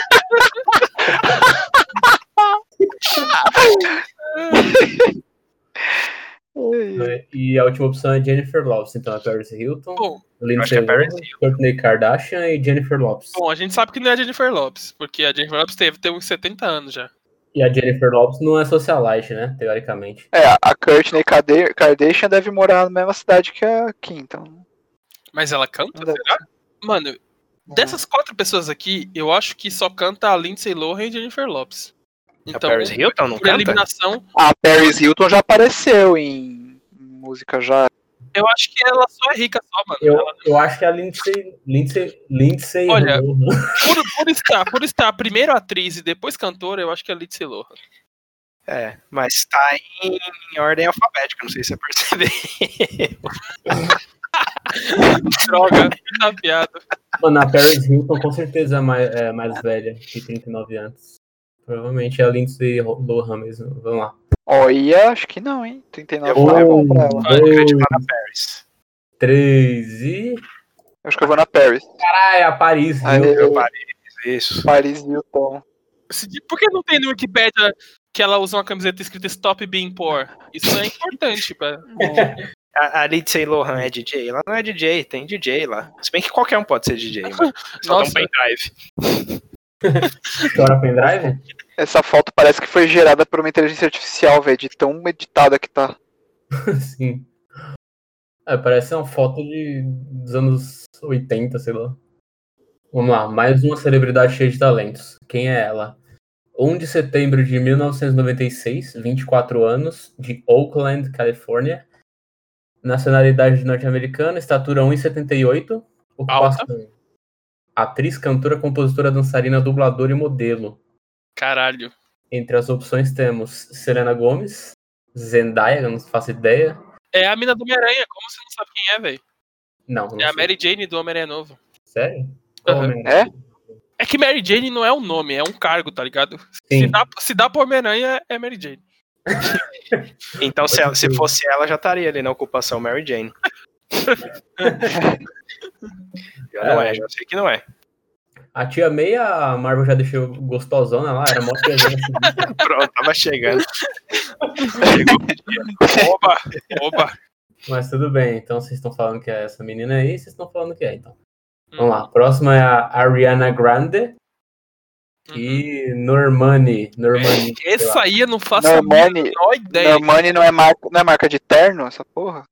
E a última opção é Jennifer Lopez. Então é Paris Hilton, Bom, Lindsay que é Paris Lohan, Kourtney Kardashian e Jennifer Lopez. bom, a gente sabe que não é a Jennifer Lopez, porque a Jennifer Lopez teve, tem uns setenta anos já. E a Jennifer Lopez não é socialite, né? Teoricamente. É, a Kourtney Kade- Kardashian deve morar na mesma cidade que a Kim, então. Mas ela canta, Não deve será? Mano, dessas quatro pessoas aqui, eu acho que só canta a Lindsay Lohan e Jennifer Lopez. Então, a Paris Hilton não por canta? eliminação, A Paris Hilton já apareceu em música já. eu acho que ela só é rica só, mano. Eu, Ela- eu acho que a Lindsay. Lindsay. Lindsay Olha, Lohan. por, por estar, por estar primeiro atriz e depois cantora, eu acho que é a Lindsay Lohan. É, mas tá em, em ordem alfabética, não sei se você percebeu. Droga, tá piada. Mano, a Paris Hilton com certeza é mais, é mais velha que trinta e nove anos. Provavelmente é a Lindsay Lohan mesmo. Vamos lá. Olha, acho que não, hein? trinta e nove Eu não é vou- bom pra ela. Vai, Eu Dois, acredito na Paris. três e. Acho que eu vou na Paris. Ah, é a Paris Aí, Hilton. Eu parei. Isso. Paris Hilton. Se- Por que não tem no Wikipedia que ela usa uma camiseta escrita Stop Being Poor? Isso é importante, pra... A, a Lindsay Lohan é D J? Ela não é D J, tem D J lá. Se bem que qualquer um pode ser D J, mano. Só Nossa. dá um pendrive. Chora pendrive? Essa foto parece que foi gerada por uma inteligência artificial, velho, de tão editada que tá. Sim. É, parece uma foto de, dos anos oitenta, sei lá. Vamos lá, mais uma celebridade cheia de talentos. Quem é ela? um de setembro de mil novecentos e noventa e seis, vinte e quatro anos, de Oakland, Califórnia. Nacionalidade norte-americana, estatura um e setenta e oito. Ocupação: atriz, cantora, compositora, dançarina, dubladora e modelo. Caralho. Entre as opções temos Selena Gomez, Zendaya, eu não faço ideia. É a mina do Homem-Aranha, como você não sabe quem é, velho? Não, não É a sei. Mary Jane do Homem-Aranha Novo. Sério? Aham. Homem- É? É que Mary Jane não é um nome, é um cargo, tá ligado? Sim. Se dá, se dá pro Homem-Aranha, é Mary Jane. Então, se, ela- se fosse ela, já estaria ali na ocupação Mary Jane. Já não é, já sei que não é. A tia May, a Marvel já deixou gostosona lá, era mó tiazona assim. Pronto, tava chegando. Chegou. Oba, oba. Mas tudo bem, então vocês estão falando que é essa menina aí, vocês estão falando que é, então. Vamos lá, a próxima é a Ariana Grande e Normani. Normani. sei Essa lá. aí eu não faço a Normani, menor ideia. Normani não é, marca, não é marca de terno, essa porra?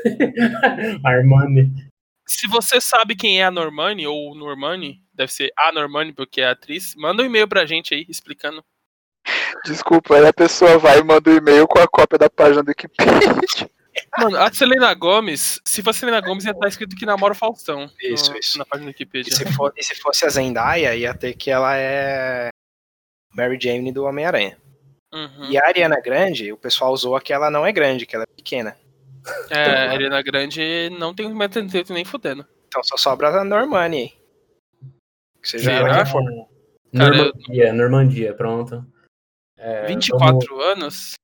Armani. Se você sabe quem é a Normani, ou Normani, deve ser a Normani porque é atriz, manda um e-mail pra gente aí, explicando. Desculpa, aí a pessoa vai e manda um e-mail com a cópia da página do Wikipedia. Mano, a Selena Gomez, se fosse Selena Gomez, ia estar escrito que namora o Faustão. Isso, no- isso. Na página do E Wikipedia. se, for- e se fosse a Zendaya, ia ter que ela é Mary Jane do Homem-Aranha. Uhum. E a Ariana Grande, o pessoal usou que ela não é grande, que ela é pequena. É, a Ariana Grande não tem um metro e oitenta nem fudendo. Então só sobra a Normani aí. Que seja ela Será? quem for. Cara, Normandia, Normandia, pronto. É, vinte e quatro anos?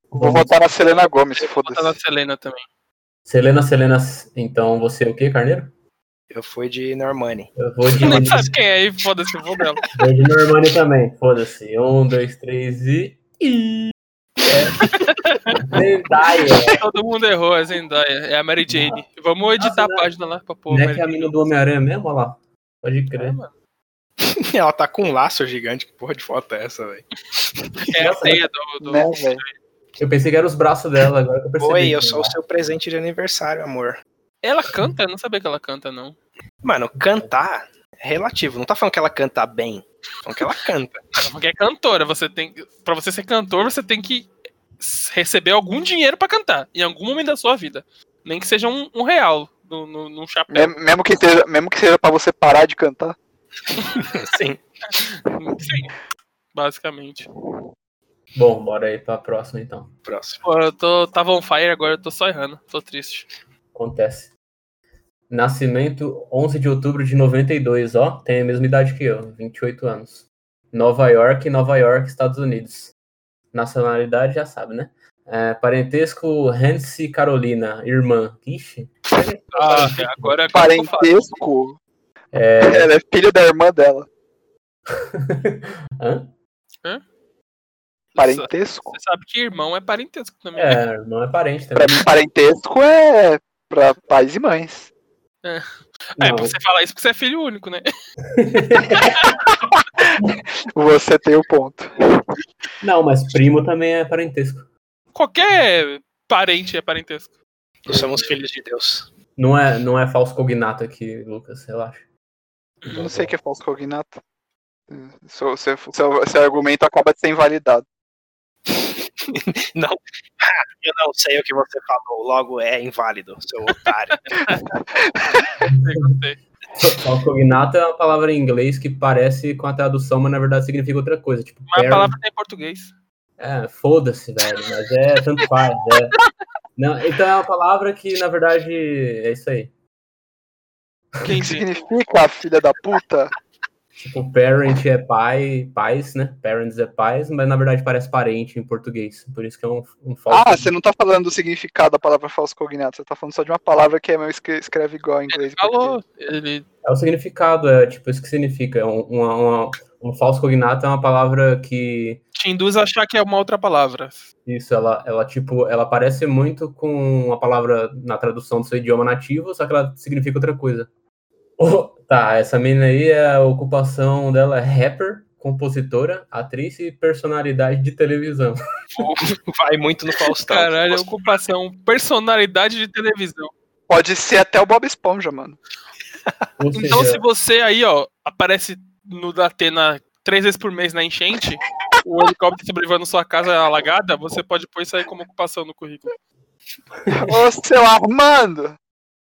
Vou votar na Selena Gomez, Vou botar na foda-se. Selena também. Selena, Selena, então você é o quê, Carneiro? Eu fui de Normani. Eu vou de, Nem sabe quem é aí, foda-se, eu vou dela. vou de Normani também, foda-se. Um, dois, três e... Ih, é. Zendaya. Todo mundo errou, é Zendaya, é a Mary Jane. Vamos editar Nossa, a página lá pra pôr Não é Mary que é a Jane. mina do Homem-Aranha mesmo? Olha lá. Pode É, crer. mano. Ela tá com um laço gigante. Que porra de foto é essa, velho? É a Nossa, teia do... do... Né, velho? Eu pensei que era os braços dela, agora que eu percebi. Oi, eu que sou o não. seu presente de aniversário, amor. Ela canta? Eu não sabia que ela canta, não. Mano, cantar é relativo. Não tá falando que ela canta bem. Tá falando que ela canta. Porque é cantora, você tem... Pra você ser cantor, você tem que receber algum dinheiro pra cantar. Em algum momento da sua vida. Nem que seja um, um real no, no, num chapéu. Mem- Mesmo que, seja, mesmo que seja pra você parar de cantar. Sim. Sim, basicamente. Bom, bora aí pra próxima então. Próximo. Pô, eu tô, tava on fire, agora eu tô só errando. Tô triste. Acontece. Nascimento onze de outubro de noventa e dois, ó. Tem a mesma idade que eu, vinte e oito anos. Nova York, Nova York, Estados Unidos. Nacionalidade já sabe, né? É, parentesco Hansi Carolina, irmã. Ixi. Ah, agora, agora ficou fácil. Parentesco. É... Ela é filha da irmã dela. Hã? Parentesco? Você sabe que irmão é parentesco também. É, irmão é parente Pra também. mim, parentesco é pra pais e mães. É, Não, pra você falar isso porque você é filho único, né? Você tem o ponto. não, mas primo também é parentesco. Qualquer parente é parentesco. Nós somos filhos de Deus. Não é, não é falso cognato aqui, Lucas, relaxa. Eu não sei o que é falso cognato. Seu, seu, seu, seu argumento acaba de ser invalidado. Não. Ah, eu não sei o que você falou. Logo é inválido, seu otário. Gostei, gostei. Falso cognato é uma palavra em inglês que parece com a tradução, mas na verdade significa outra coisa. Tipo, Mas a parent. palavra tem em português. É, foda-se, velho, mas é tanto faz. É. Não, então é uma palavra que, na verdade, é isso aí. O que, que Entendi. significa, filha da puta? Tipo, parent é pai, pais, né? Parents é pais, mas na verdade parece parente em português. Por isso que é um, um falso. Ah, você não tá falando do significado da palavra falso cognato. Você tá falando só de uma palavra que é meio escre- escreve igual em inglês. e Falou. português. Ele... É o significado, é tipo isso que significa. É um, uma- uma- um falso cognato é uma palavra que. te induz a achar que é uma outra palavra. Isso, ela, ela, tipo, ela parece muito com uma palavra na tradução do seu idioma nativo, só que ela significa outra coisa. Oh, tá, essa menina aí, a ocupação dela é rapper, compositora, atriz e personalidade de televisão. Vai muito no Faustão. Caralho, é ocupação, personalidade de televisão. Pode ser até o Bob Esponja, mano. Ou Então, seja, se você aí, ó, aparece no Datena três vezes por mês na enchente, o helicóptero sobrevivendo sua casa alagada, você pode pôr isso aí como ocupação no currículo. Ô, seu Armando!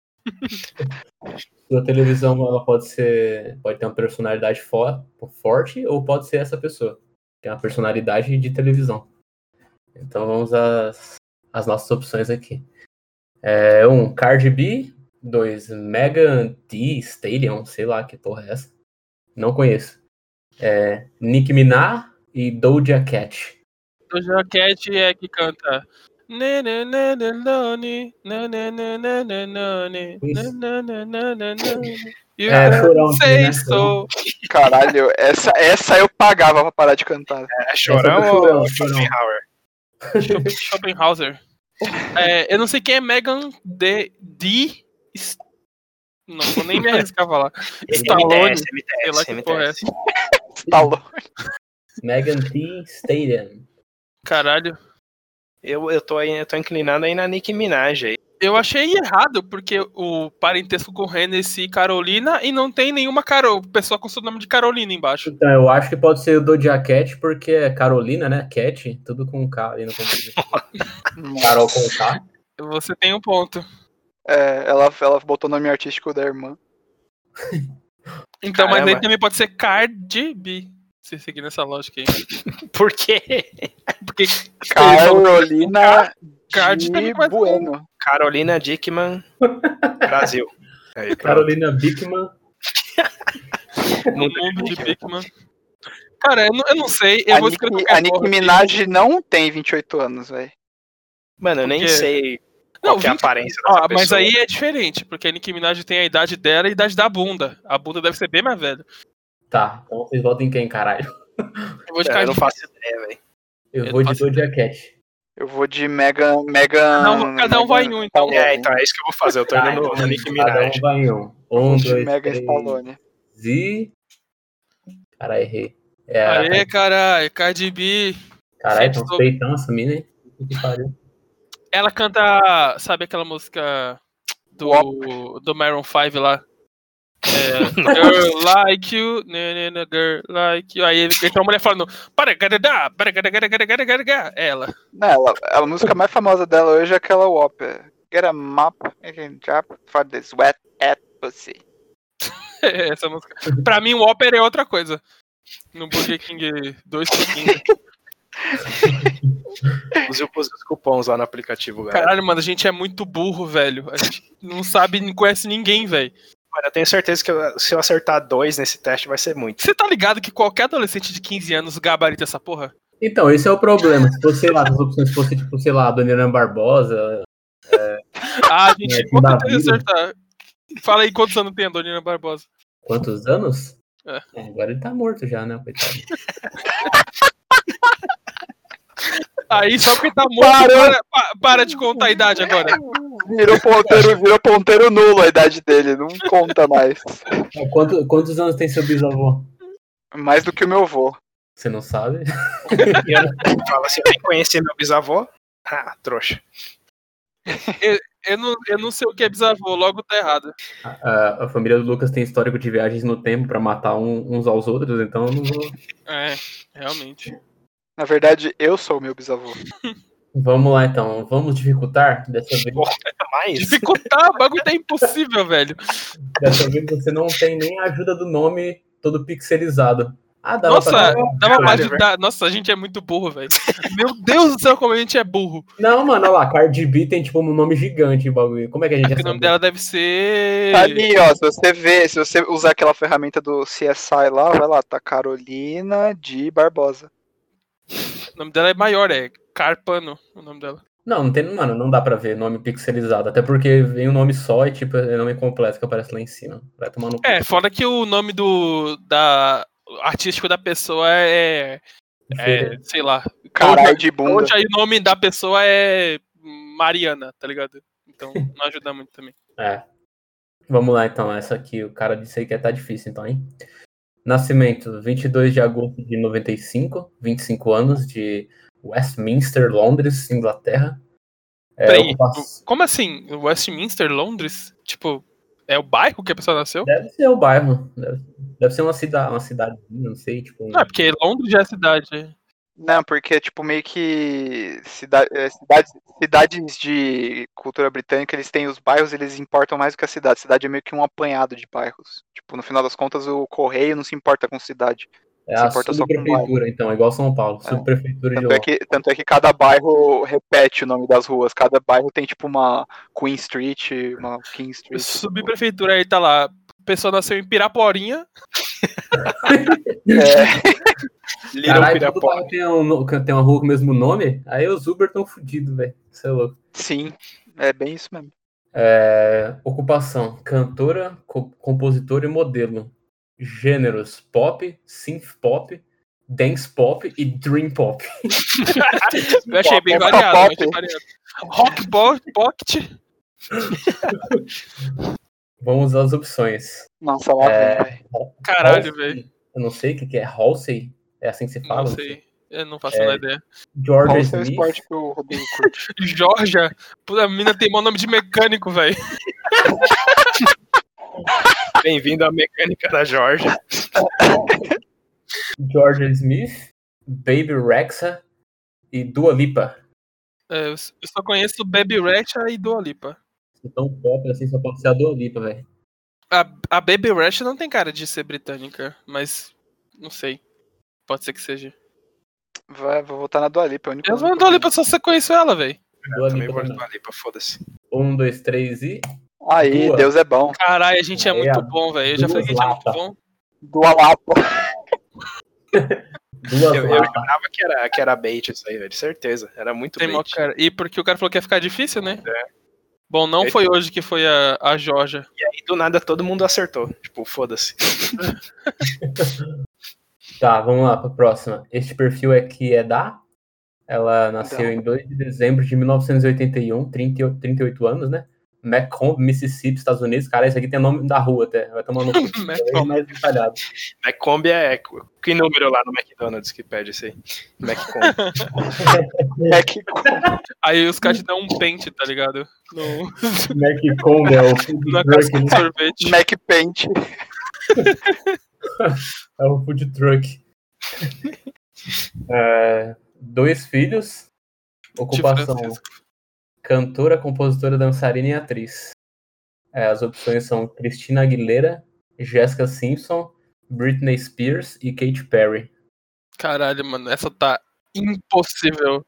sua televisão ela pode ser, pode ter uma personalidade fo- forte ou pode ser essa pessoa, que é uma personalidade de televisão. Então vamos às, às nossas opções aqui. É, um, Cardi B. Dois, Megan Thee Stallion, sei lá que porra é essa. Não conheço. É, Nicki Minaj e Doja Cat. Doja Cat é que canta. "Ne, ne, ne, ne, none, ne, ne, ne, ne, ne, none, Isso. ne, ne, ne, ne, ne, none. You É, can chorão, say né? so." Caralho, essa, essa eu pagava pra parar de cantar. É chorão Essa do ou Chorão, Schopenhauer? Schopen- Schopenhauser. É, eu não sei quem é Megan D. D. S- Não vou nem me arriscar a falar. Stallone. M T S, Sei lá que porra é essa. Tá louco. Megan Thee Stallion. Caralho. Eu, eu, tô aí, eu tô inclinado aí na Nicki Minaj aí. Eu achei errado, porque o parentesco com Hennessy e Carolina, e não tem nenhuma Carol, pessoa com seu nome de Carolina embaixo. Então, eu acho que pode ser o Doja Cat, porque é Carolina, né? Cat, tudo com K ali no começo. Carol com K. Você tem um ponto. É, ela, ela botou o nome artístico da irmã. Então, mas Caramba. daí também pode ser Cardi B. Se seguir nessa lógica aí. Por quê? Porque Carolina Card também de começa com- Bueno. Carolina Dickman, Brasil. Aí, pronto. Carolina Bickman. no mundo de Bigman. Cara, eu não, eu não sei. Eu A vou escrever Nicki, qualquer a Nicki porra aqui. Minaj não tem vinte e oito anos, velho. Mano, eu nem Porque- sei qual Não, que é a vinte aparência dessa Ó, mas pessoa. aí é diferente, porque a Nicki Minaj tem a idade dela e a idade da bunda. A bunda deve ser bem mais velha. Tá, então vocês votam em quem, caralho? Eu vou de Mano, eu Cardi não B. faço ideia, velho. Eu Eu vou não de faço Doja Cat. Eu vou de Mega. Mega. Cada um, cada um vai em um, então. É, então é isso que eu vou fazer. Eu tô indo Tá, no, então, no Nicki cada Minaj. um vai em um. Eu Um, vou de dois, Mega três Stallone. e... Cara, errei. É, Aê, caralho, Cardi B. caralho, sempre tão soube. peitão essa mina, hein? Que pariu. Ela canta, sabe aquela música do, do Maroon five lá? É, girl like you, né, né, girl like you. Aí ele entra uma mulher falando, para, gadadá, para, gadagada, gadagada, gadagada. Ela. Não, ela, a música mais famosa dela hoje é aquela W A P. Get a mop and drop for this wet at pussy. Essa música. Pra mim, o Opera é outra coisa. No Burger King dois por quinze. Use os cupons lá no aplicativo, galera. Caralho, mano, a gente é muito burro, velho. A gente não sabe, não conhece ninguém, velho. Mano, eu tenho certeza que eu- se eu acertar dois nesse teste vai ser muito. Você tá ligado que qualquer adolescente de quinze anos gabarita essa porra? Então, esse é o problema. Se fosse, sei lá, as opções fossem, tipo, sei lá, Dona Irã Barbosa. Ah, a gente É, com da certeza vida. acertar. Fala aí quantos anos tem a Donina Barbosa. Quantos anos? É. É, agora ele tá morto já, né, coitado? Aí só porque tá morto, Parou. para, pa- para de contar a idade agora. Virou ponteiro, virou ponteiro nulo a idade dele, não conta mais. É, quanto- quantos anos tem seu bisavô? Mais do que o meu avô. Você não sabe? Fala assim, eu nem conheci meu bisavô. Ah, trouxa. Eu não, eu não sei o que é bisavô, logo tá errado. A, a família do Lucas tem histórico de viagens no tempo pra matar um- uns aos outros, então eu não vou. É, realmente. Na verdade, eu sou o meu bisavô. Vamos lá então, vamos dificultar? Dessa vez, Mais? Dificultar, o bagulho tá impossível, velho. dessa vez você não tem nem a ajuda do nome todo pixelizado. Ah, dava Nossa, pra... dava pra Caralho, ajudar. Nossa, a gente é muito burro, velho. Meu Deus do céu, como a gente é burro. Não, mano, olha lá, Cardi B tem tipo um nome gigante o bagulho. Como é que a gente É ia que o nome saber? dela deve ser. Tá ali, ó. Se você ver, se você usar aquela ferramenta do C S I lá, vai lá, tá Carolina de Barbosa. O nome dela é maior, é Carpano, o nome dela. Não, não tem, mano, não dá pra ver nome pixelizado. Até porque vem um nome só e tipo, é nome completo que aparece lá em cima. Vai tomar no cu. É, foda que o nome do da artístico da pessoa é, é sei lá. Caralho de bunda. Hoje aí o nome da pessoa é Mariana, tá ligado? Então não ajuda muito também. É. Vamos lá então, essa aqui, o cara disse aí que tá difícil então, hein? Nascimento, vinte e dois de agosto de noventa e cinco, vinte e cinco anos, de Westminster, Londres, Inglaterra. É, Peraí, ocupação- como assim? Westminster, Londres? Tipo, é o bairro que a pessoa nasceu? Deve ser o bairro, deve, deve ser uma cidade, uma cidade, não sei, tipo... Não, é porque Londres já é cidade. Não, porque, tipo, meio que cida- é, cidades, cidades de cultura britânica, eles têm os bairros, eles importam mais do que a cidade. Cidade é meio que um apanhado de bairros. Tipo, no final das contas, o correio não se importa com cidade. É se a importa só com subprefeitura, então, igual São Paulo, É. subprefeitura de Tanto é, Londres. que, tanto é que cada bairro repete o nome das ruas. Cada bairro tem, tipo, uma Queen Street, uma King Street. Subprefeitura aí tá lá. A pessoa nasceu em Piraporinha. É, Little Caralho, todo Pirapora. bairro tem, um, no- tem uma rua com o mesmo nome, aí os Uber tão fodidos, velho. Isso é louco. sim, é bem isso mesmo. É, ocupação, cantora, co- compositora e modelo. Gêneros, pop, synth pop, dance pop e dream pop. Eu achei bem Pop, variado. pop. eu achei variado. Rock po- Pocket. Vamos às opções. Nossa, lá É, vem, velho. Caralho, Halsey, velho. Eu não sei o que, que é Halsey. É assim que se fala? Não sei. Eu não faço É. a menor ideia. Georgia Qual o seu Smith. esporte que o Rodrigo curte? Georgia. Puta, a menina tem mau nome de mecânico, velho. Bem-vindo à mecânica da Georgia. Georgia Smith, Baby Rexha e Dua Lipa. É, eu só conheço Baby Rexha e Dua Lipa. Se tão pop assim, só pode ser a Dua Lipa, velho. A, a Baby Rexha não tem cara de ser britânica, mas não sei. Pode ser que seja. Vai, vou votar na Dua Lipa. É o único Eu nome vou que Dua eu Lipa só você conheceu ela, velho. Dua Também Lipa vou de também. Dua Lipa, foda-se. Um, dois, três e. tenho. Aí, Dua. Deus é bom. Caralho, a gente é Aí, muito ó, bom, velho. Eu já falei que a gente é muito duas bom. Dua Lapa. Duas Eu, eu latas. jurava que era, que era bait isso aí, velho. Certeza. Era muito Tem mó bait. cara. E porque o cara falou que ia ficar difícil, né? É. Bom, não Eu- foi hoje que foi a, a Georgia. E aí, do nada, todo mundo acertou. Tipo, foda-se. Tá, vamos lá pra próxima. Este perfil aqui é da. Ela nasceu Da. em dois de dezembro de mil novecentos e oitenta e um, trinta e oito, trinta e oito anos, né? Macomb, Mississippi, Estados Unidos. Cara, esse aqui tem o nome da rua até. Vai tomar no cu. É bem mais detalhado. Macomb é. Que número lá no McDonald's que pede isso aí? Macomb. É que Aí os caras te dão um pente, tá ligado? No, Macomb é o food na truck, casca de né? sorvete. Mac Paint. É o food truck. É, dois filhos. Ocupação: Francisco. cantora, compositora, dançarina e atriz. É, as opções são Christina Aguilera, Jessica Simpson, Britney Spears e Katy Perry. Caralho, mano, essa tá impossível.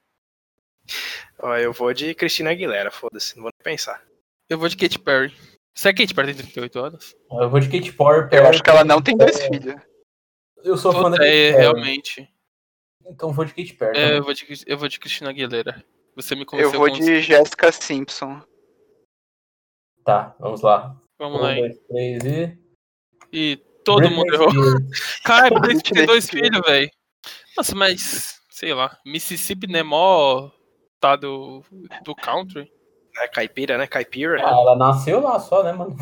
Ó, eu vou de Christina Aguilera, foda-se, não vou nem pensar. Eu vou de Katy Perry. Se a Katy Perry tem trinta e oito anos? Eu vou de Katy Perry. Eu acho que ela não tem dois filhos. Eu sou fã da Puta, Katy é, Perry. realmente. Então vou de Katy Perry. É, também. eu, vou de, eu vou de Christina Aguilera. Você me Eu convenceu vou com de Jessica Simpson. Tá, vamos lá. Vamos um, lá, hein? dois, três e. E todo Britney mundo errou. Spears. Cara, Britney tem Britney dois Spears. filhos, velho. Nossa, mas, sei lá, Mississippi não é mó tá do, do country? É caipira, né? Caipira. Ah, ela nasceu lá só, né, mano?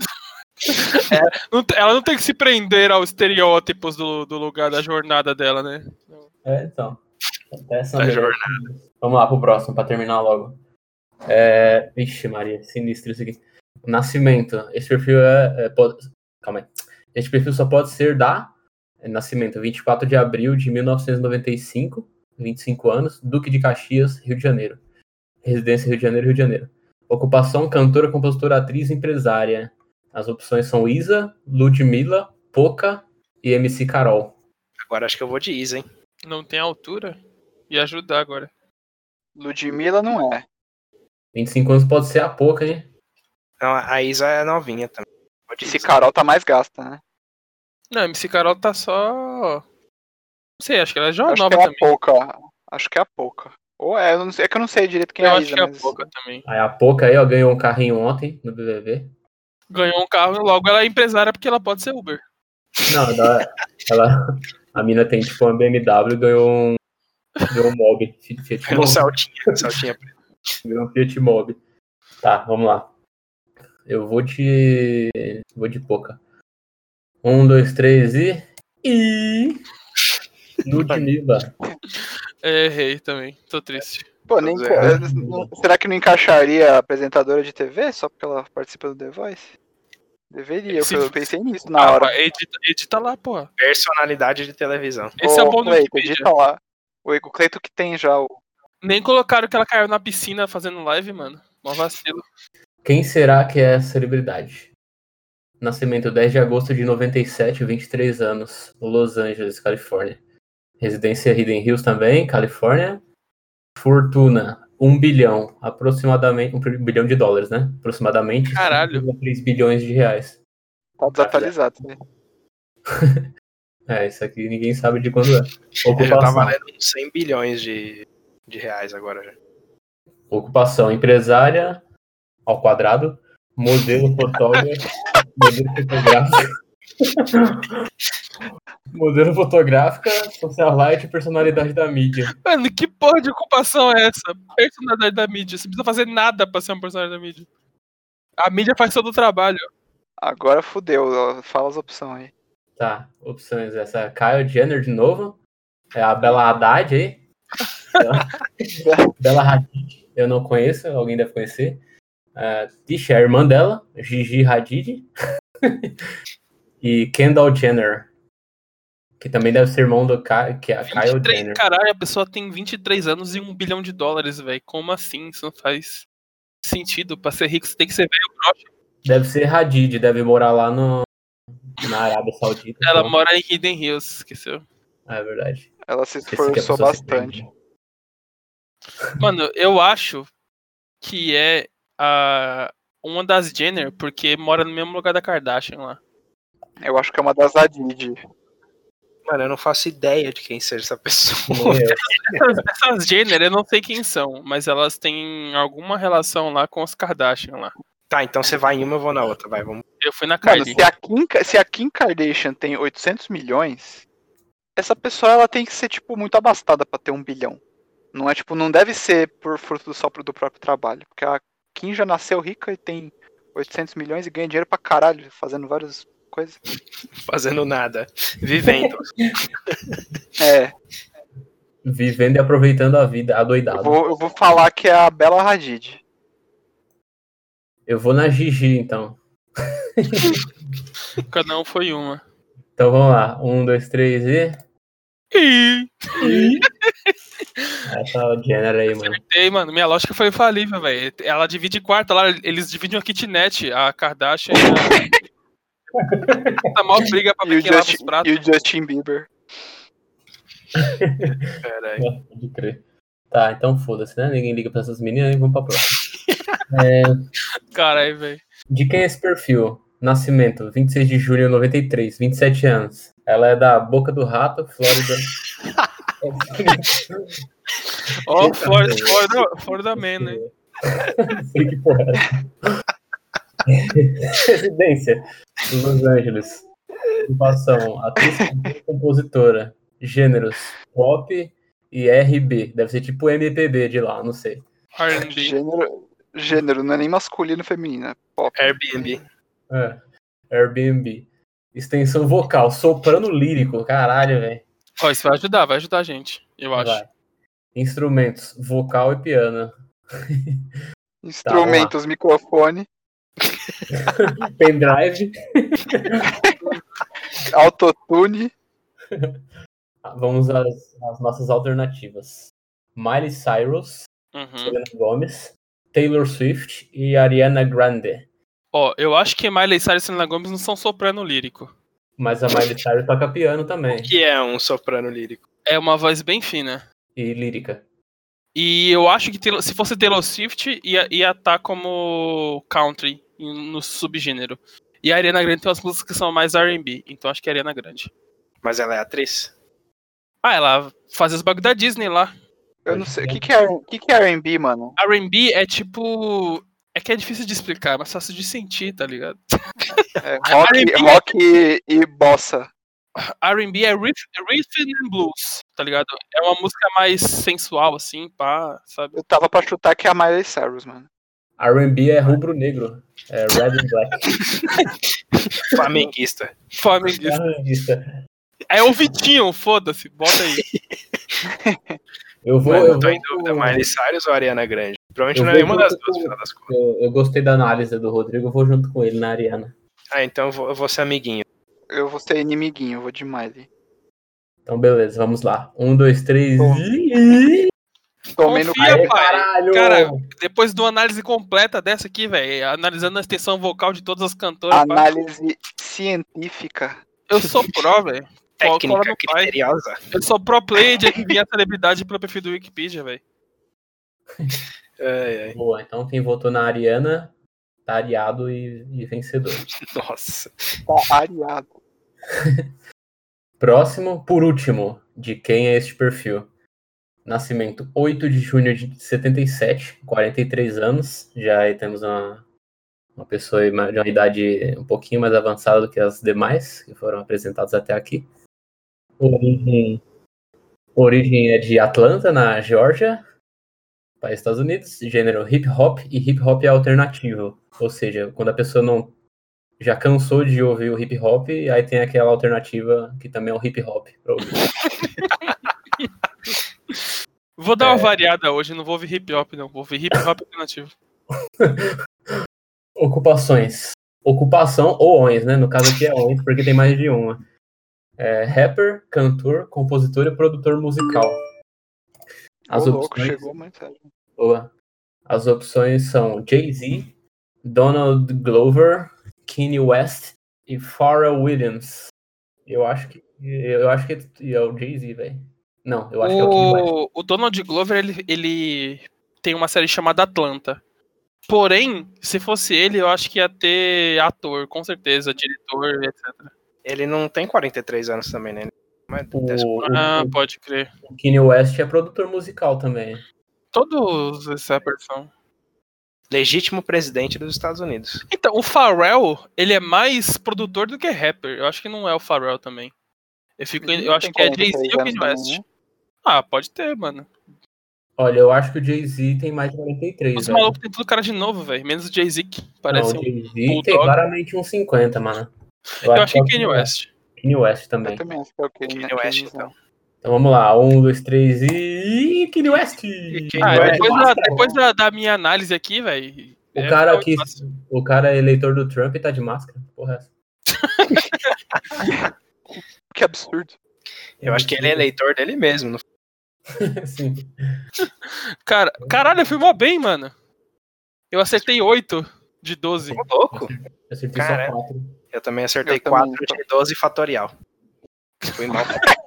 Não te- ela não tem que se prender aos estereótipos do, do lugar da jornada dela, né? É, então. Essa Da mesmo. Vamos lá pro próximo, pra terminar logo. É... Vixe, Maria, sinistro isso aqui. Nascimento. Esse perfil é. é pode... Calma aí. Esse perfil só pode ser da. Nascimento, vinte e quatro de abril de mil novecentos e noventa e cinco, vinte e cinco anos, Duque de Caxias, Rio de Janeiro. Residência Rio de Janeiro, Rio de Janeiro. Ocupação: cantora, compositora, atriz, empresária. As opções são Isa, Ludmilla, Poca e M C Carol. Agora acho que eu vou de Isa, hein? Não tem altura? Ia ajudar agora. Ludmilla não é. vinte e cinco anos pode ser a Poca, hein? Não, a Isa é novinha também. Vou de Esse Isa. Carol tá mais gasta, né? Não, a M C Carol tá só. Não sei, acho que ela é jovem Acho nova que é a também. pouca. Acho que é a pouca. Ou é, eu não sei, é que eu não sei direito quem Eu é a acho Isa, que é mas. pouca também. Aí a Poca aí, ó, ganhou um carrinho ontem no B B B. Ganhou um carro, logo ela é empresária porque ela pode ser Uber. Não, ela, ela, a mina tem tipo uma B M W e ganhou um, ganhou um Mob. Fiat Pelo Mobi. Celtinha. Celtinha preta. Ganhou um Fiat Mobi. Tá, vamos lá. Eu vou de. Vou de Poca. Um, dois, três e. E. Ludmilla. É, errei também, tô triste. Pô, nem. Pois é. eh, não- Será que não encaixaria a apresentadora de T V só porque ela participa do The Voice? Deveria, Se- eu pensei nisso na Ah, hora. mas edita, edita lá, porra. Personalidade de televisão. Esse é o bom do Cleito, Wikipedia. edita lá. O o Cleito que tem já o. Nem colocaram que ela caiu na piscina fazendo live, mano. Mó vacilo. Quem será que é a celebridade? Nascimento dez de agosto de noventa e sete, vinte e três anos. Los Angeles, Califórnia. Residência Hidden Hills também, Califórnia. Fortuna, um bilhão. Aproximadamente. Um bilhão de dólares, né? Aproximadamente Caralho. três bilhões de reais. Tá desatualizado. Né? É, isso aqui ninguém sabe de quando é. É, já tá Ocupação. valendo uns cem bilhões de, de reais agora já. Ocupação: empresária ao quadrado, modelo fotógrafo, modelo fotográfico, modelo fotográfica, socialite e personalidade da mídia. Mano, que porra de ocupação é essa? Personalidade da mídia. Você não precisa fazer nada pra ser uma personalidade da mídia. A mídia faz todo o trabalho. Agora fudeu, ó, fala as opções aí. Tá, opções: essa é Kyle Jenner de novo, é a Bela Haddad aí. Bela Hadid, eu não conheço, alguém deve conhecer. Uh, Tisha, a irmã dela, Gigi Hadid. E Kendall Jenner, que também deve ser irmão do Ka- que é a Kyle vinte e três, Jenner. caralho, a pessoa tem vinte e três anos e um bilhão de dólares, velho. Como assim? Isso não faz sentido. Pra ser rico, você tem que ser velho broxa. Deve ser Hadid, deve morar lá no, na Arábia Saudita. Ela então- mora em Hidden Hills, esqueceu? Ah, é verdade. Ela se Esse aqui a esforçou pessoa se bastante. prende. Mano, eu acho que é a uma das Jenner, porque mora no mesmo lugar da Kardashian lá. Eu acho que é uma das Hadid. Mano, eu não faço ideia de quem seja essa pessoa. Essas, essas Jenner, eu não sei quem são, mas elas têm alguma relação lá com os Kardashian lá. Tá, então você vai em uma, eu vou na outra, vai, vamos. Eu fui na Mano, Kylie. se a, Kim, se a Kim Kardashian tem oitocentos milhões, essa pessoa ela tem que ser, tipo, muito abastada pra ter um bilhão. Não é, tipo, não deve ser por fruto só do próprio trabalho. Porque a Kim já nasceu rica e tem oitocentos milhões e ganha dinheiro pra caralho, fazendo várias coisas. Fazendo nada. Vivendo. É, Vivendo e aproveitando a vida, eu adoidado. vou, eu vou falar que é a Bella Hadid. Eu vou na Gigi, então. Cada um foi uma. Então vamos lá. Um, dois, três e. Essa Jenner aí, mano. Acertei, mano. Minha lógica foi infalível, velho. Ela divide quarto lá, eles dividem uma kitnet, a Kardashian e a... Tá mal briga pra E o, ver quem lava os Justin, pratos. e o Justin Bieber. Caralho. É, pode crer. Tá, então foda-se, né? Ninguém liga pra essas meninas e vamos pra próxima. É, Caralho, velho. de quem é esse perfil? Nascimento, vinte e seis de julho de noventa e três, vinte e sete anos. Ela é da Boca do Rato, Flórida. Ó, Florida, Florida, Florida Man, né? Não sei que porra é. Residência, Los Angeles. Ocupação, atriz e compositora. Gêneros, pop e R B. Deve ser tipo M P B de lá, não sei. R and B. Gênero, gênero, não é nem masculino feminino, é pop. Airbnb. É, Airbnb. Extensão vocal, soprano lírico. Caralho, velho. Ó, isso vai ajudar, vai ajudar a gente, eu acho. Vai. Instrumentos, vocal e piano. Instrumentos, microfone, Pendrive. autotune. Vamos às, às nossas alternativas. Miley Cyrus, Uhum. Selena Gomez, Taylor Swift e Ariana Grande. Ó, eu acho que Miley Cyrus e Selena Gomez não são soprano lírico. Mas a Miley Cyrus toca piano também. Que é um soprano lírico. É uma voz bem fina. E lírica. E eu acho que Taylor- se fosse Taylor Swift, ia ia tá como country, em- no subgênero. E a Ariana Grande tem umas músicas que são mais R and B, então acho que é a Ariana Grande. Mas ela é atriz? Ah, ela faz os bagulho da Disney lá. Eu não sei. O que, que é o que, que é R and B, mano? R and B é tipo... É que é difícil de explicar, mas fácil de sentir, tá ligado? É rock, R and B rock e, e bossa. R and B é riff, rhythm and blues, tá ligado? É uma música mais sensual, assim, pá, sabe? Eu tava pra chutar que é a Miley Cyrus, mano. R and B é rubro-negro. É red and black. Flamenguista. Flamenguista. Flamenguista. É o Vitinho, foda-se, bota aí. Eu vou. Mano, eu, eu tô vou em dúvida, com- Miley Cyrus ou Ariana Grande? Provavelmente Eu não é vou nenhuma das junto duas, com- no final das contas. eu, eu gostei da análise do Rodrigo, eu vou junto com ele na Ariana. Ah, então eu vou, eu vou ser amiguinho. Eu vou ser inimiguinho, eu vou de Miley. Então, beleza, vamos lá. Um, dois, três Bom. e. Tomei no Confia, Aê, pai. caralho! Cara, depois de uma análise completa dessa aqui, velho, analisando a extensão vocal de todas as cantoras, pá, análise científica. eu sou pró, velho. Cola Técnica no pai. criteriosa. Eu sou pro player de adivinhar a celebridade pelo perfil do Wikipedia, velho. Ai, ai. Boa, então quem votou na Ariana tá ariado e, e vencedor. Nossa. Tá areado. Próximo, por último, de quem é este perfil? Nascimento oito de junho de setenta e sete, quarenta e três anos. Já aí temos uma, uma pessoa de uma idade um pouquinho mais avançada do que as demais que foram apresentadas até aqui. Origem, origem é de Atlanta, na Geórgia, país Estados Unidos. Gênero hip hop e hip hop é alternativo. Ou seja, quando a pessoa não já cansou de ouvir o hip hop, aí tem aquela alternativa que também é o hip hop pra ouvir. Vou dar uma É. variada hoje, não vou ouvir hip hop, não. Vou ouvir hip hop alternativo. Ocupações. Ocupação ou ONs, né? No caso aqui é ONs, porque tem mais de uma. É rapper, cantor, compositor e produtor musical. As Ô, louco, opções, chegou a mensagem. boa. As opções são Jay-Z, Donald Glover, Kanye West e Pharrell Williams. Eu acho que eu acho que é o Jay-Z, velho. Não, eu acho que é o Kanye West. O, o Donald Glover, ele, ele tem uma série chamada Atlanta. Porém, se fosse ele, eu acho que ia ter ator, com certeza, diretor, etcétera. Ele não tem quarenta e três anos também, né? Mas O, desculpa. Ah, o, pode crer. o Kanye West é produtor musical também. Todos essa versão. Legítimo presidente dos Estados Unidos. Então, o Pharrell, ele é mais produtor do que rapper. Eu acho que não é o Pharrell também. Eu, fico, Ele eu acho tem que é quarenta e Jay-Z três ou anos Kanye também, West. né? Ah, pode ter, mano. Olha, eu acho que o Jay-Z tem mais de quarenta e três, Os velho. malucos tem tudo cara de novo, velho. Menos o Jay-Z, que Não, parece o um Jay-Z tem bulldog. claramente uns cinquenta, mano. Eu acho que é o Kanye West. Kanye West Eu também. também acho que é o Kanye, Kanye né? West, Kanye, então. Então vamos lá, um, dois, três e. Ih, Kanye West! Kanye Ah, West. depois, da, Máscara, depois da, da minha análise aqui, velho. O é, cara fica aqui, muito fácil. o cara é eleitor do Trump e tá de máscara. Porra, é essa. Que absurdo. Eu acho que ele é eleitor dele mesmo. Não... Sim. Cara, caralho, eu fui mó bem, mano. Eu acertei oito de doze. Ô, louco. Eu acertei Cara. só quatro. Eu também acertei Eu também, quatro de doze fatorial. Fui mal.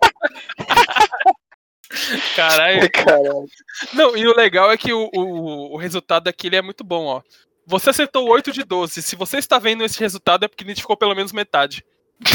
Caralho. Caralho. Não, e o legal é que o, o, o resultado daquele é muito bom, ó. Você acertou oito de doze. Se você está vendo esse resultado, é porque identificou pelo menos metade.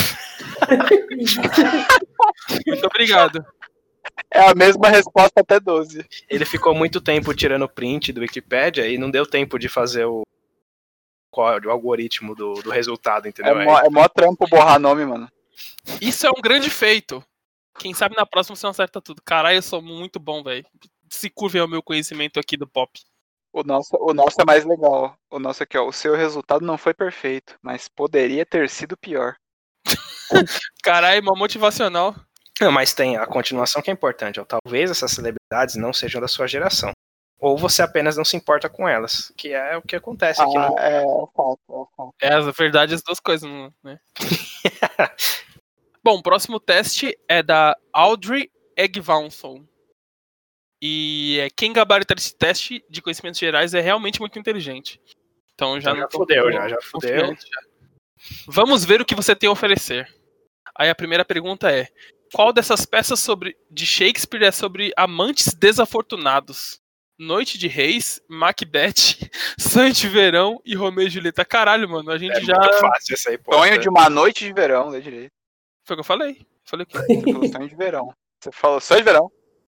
Muito obrigado. É a mesma resposta até doze. Ele ficou muito tempo tirando print do Wikipedia e não deu tempo de fazer o, o algoritmo do, do resultado, É entendeu? mó, é mó trampo borrar nome, mano. Isso é um grande feito. Quem sabe na próxima você não acerta tudo. Caralho, eu sou muito bom, velho. Se curvem ao meu conhecimento aqui do pop. O nosso, o nosso é mais legal. O nosso aqui, ó. O seu resultado não foi perfeito, mas poderia ter sido pior. Caralho, uma motivacional. Não, mas tem a continuação que é importante. Ó. Talvez essas celebridades não sejam da sua geração. Ou você apenas não se importa com elas. Que é o que acontece aqui Ah, no. é, é fato, é fato. É, a verdade, as duas coisas, não- né? Bom, o próximo teste é da Audrey Egvansson. E é, quem gabaritar esse teste de conhecimentos gerais é realmente muito inteligente. Então já Então não já tô fudeu, já, já fudeu. confiante, já. Vamos ver o que você tem a oferecer. Aí a primeira pergunta é: qual dessas peças sobre, de Shakespeare é sobre amantes desafortunados? Noite de Reis, Macbeth, Sonho de Verão e Romeu e Julieta. Caralho, mano, a gente É já. muito fácil essa aí, pô. Sonho de uma noite de verão, lê direito. Foi o que eu falei. Falei o quê? Você falou sonho de verão. Você falou sonho de verão.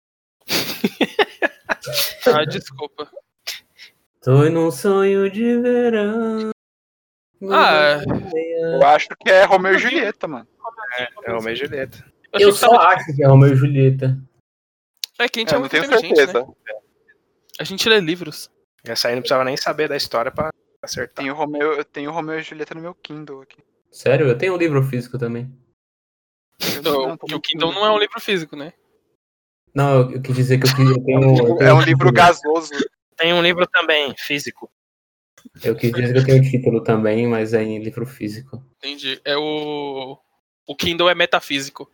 Ah, desculpa. Tô num sonho de verão. Ah, Eu acho que é Romeu e Julieta, mano. É Romeu e Julieta. Eu achei que só tava- acho que é Romeu e Julieta. É que a gente é, Eu não muito tenho inteligente, certeza. né? A gente lê livros. Essa aí não precisava nem saber da história pra acertar. Tenho Romeu, eu tenho Romeu e Julieta no meu Kindle aqui. Sério, eu tenho um livro físico também. Eu Não, não, tô que o no Kindle Kindle. não é um livro físico, né? Não, eu, eu quis dizer que eu, quis, eu tenho. eu tenho É um livro título. gasoso. Tem um livro também, físico. Eu quis dizer que eu tenho título também, mas é em livro físico. Entendi. É o. O Kindle é metafísico.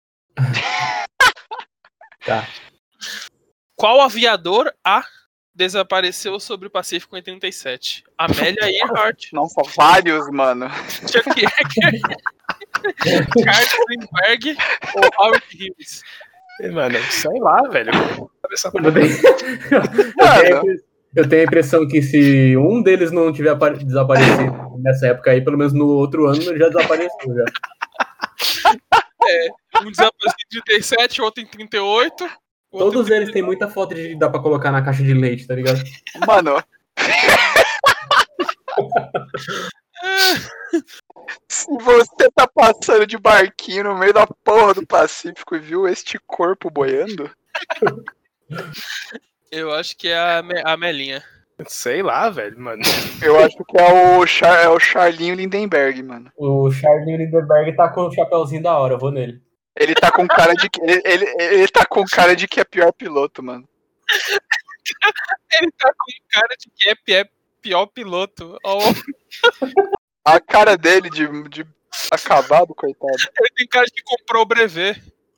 Tá. Qual aviador A desapareceu sobre o Pacífico em trinta e sete? Amélia Earhart, Nossa, vários, mano. Chuck Yeager, Charles Lindbergh ou Howard Hughes? Mano, sei lá, velho. Essa Eu tenho, eu tenho a impre- eu tenho a impressão que se um deles não tiver apare- desaparecido nessa época aí, pelo menos no outro ano já desapareceu já. Um desapareceu em trinta e sete, outro em trinta e oito. o outro Todos em eles têm muita foto de dá pra colocar na caixa de leite, tá ligado? Mano. Se você tá passando de barquinho no meio da porra do Pacífico e viu este corpo boiando, Eu acho que é a, Me- a Melinha. Sei lá, velho, mano. eu acho que é o, Char, é o Charlinho Lindenberg, mano. O Charlie Lindbergh tá com o chapéuzinho da hora, eu vou nele. Ele tá com cara de que. Ele, ele, ele tá com cara de que é pior piloto, mano. Ele tá com cara de que é pi- é pior piloto. Ó, A cara dele de, de acabado, coitado. ele tem cara de que comprou o brevet.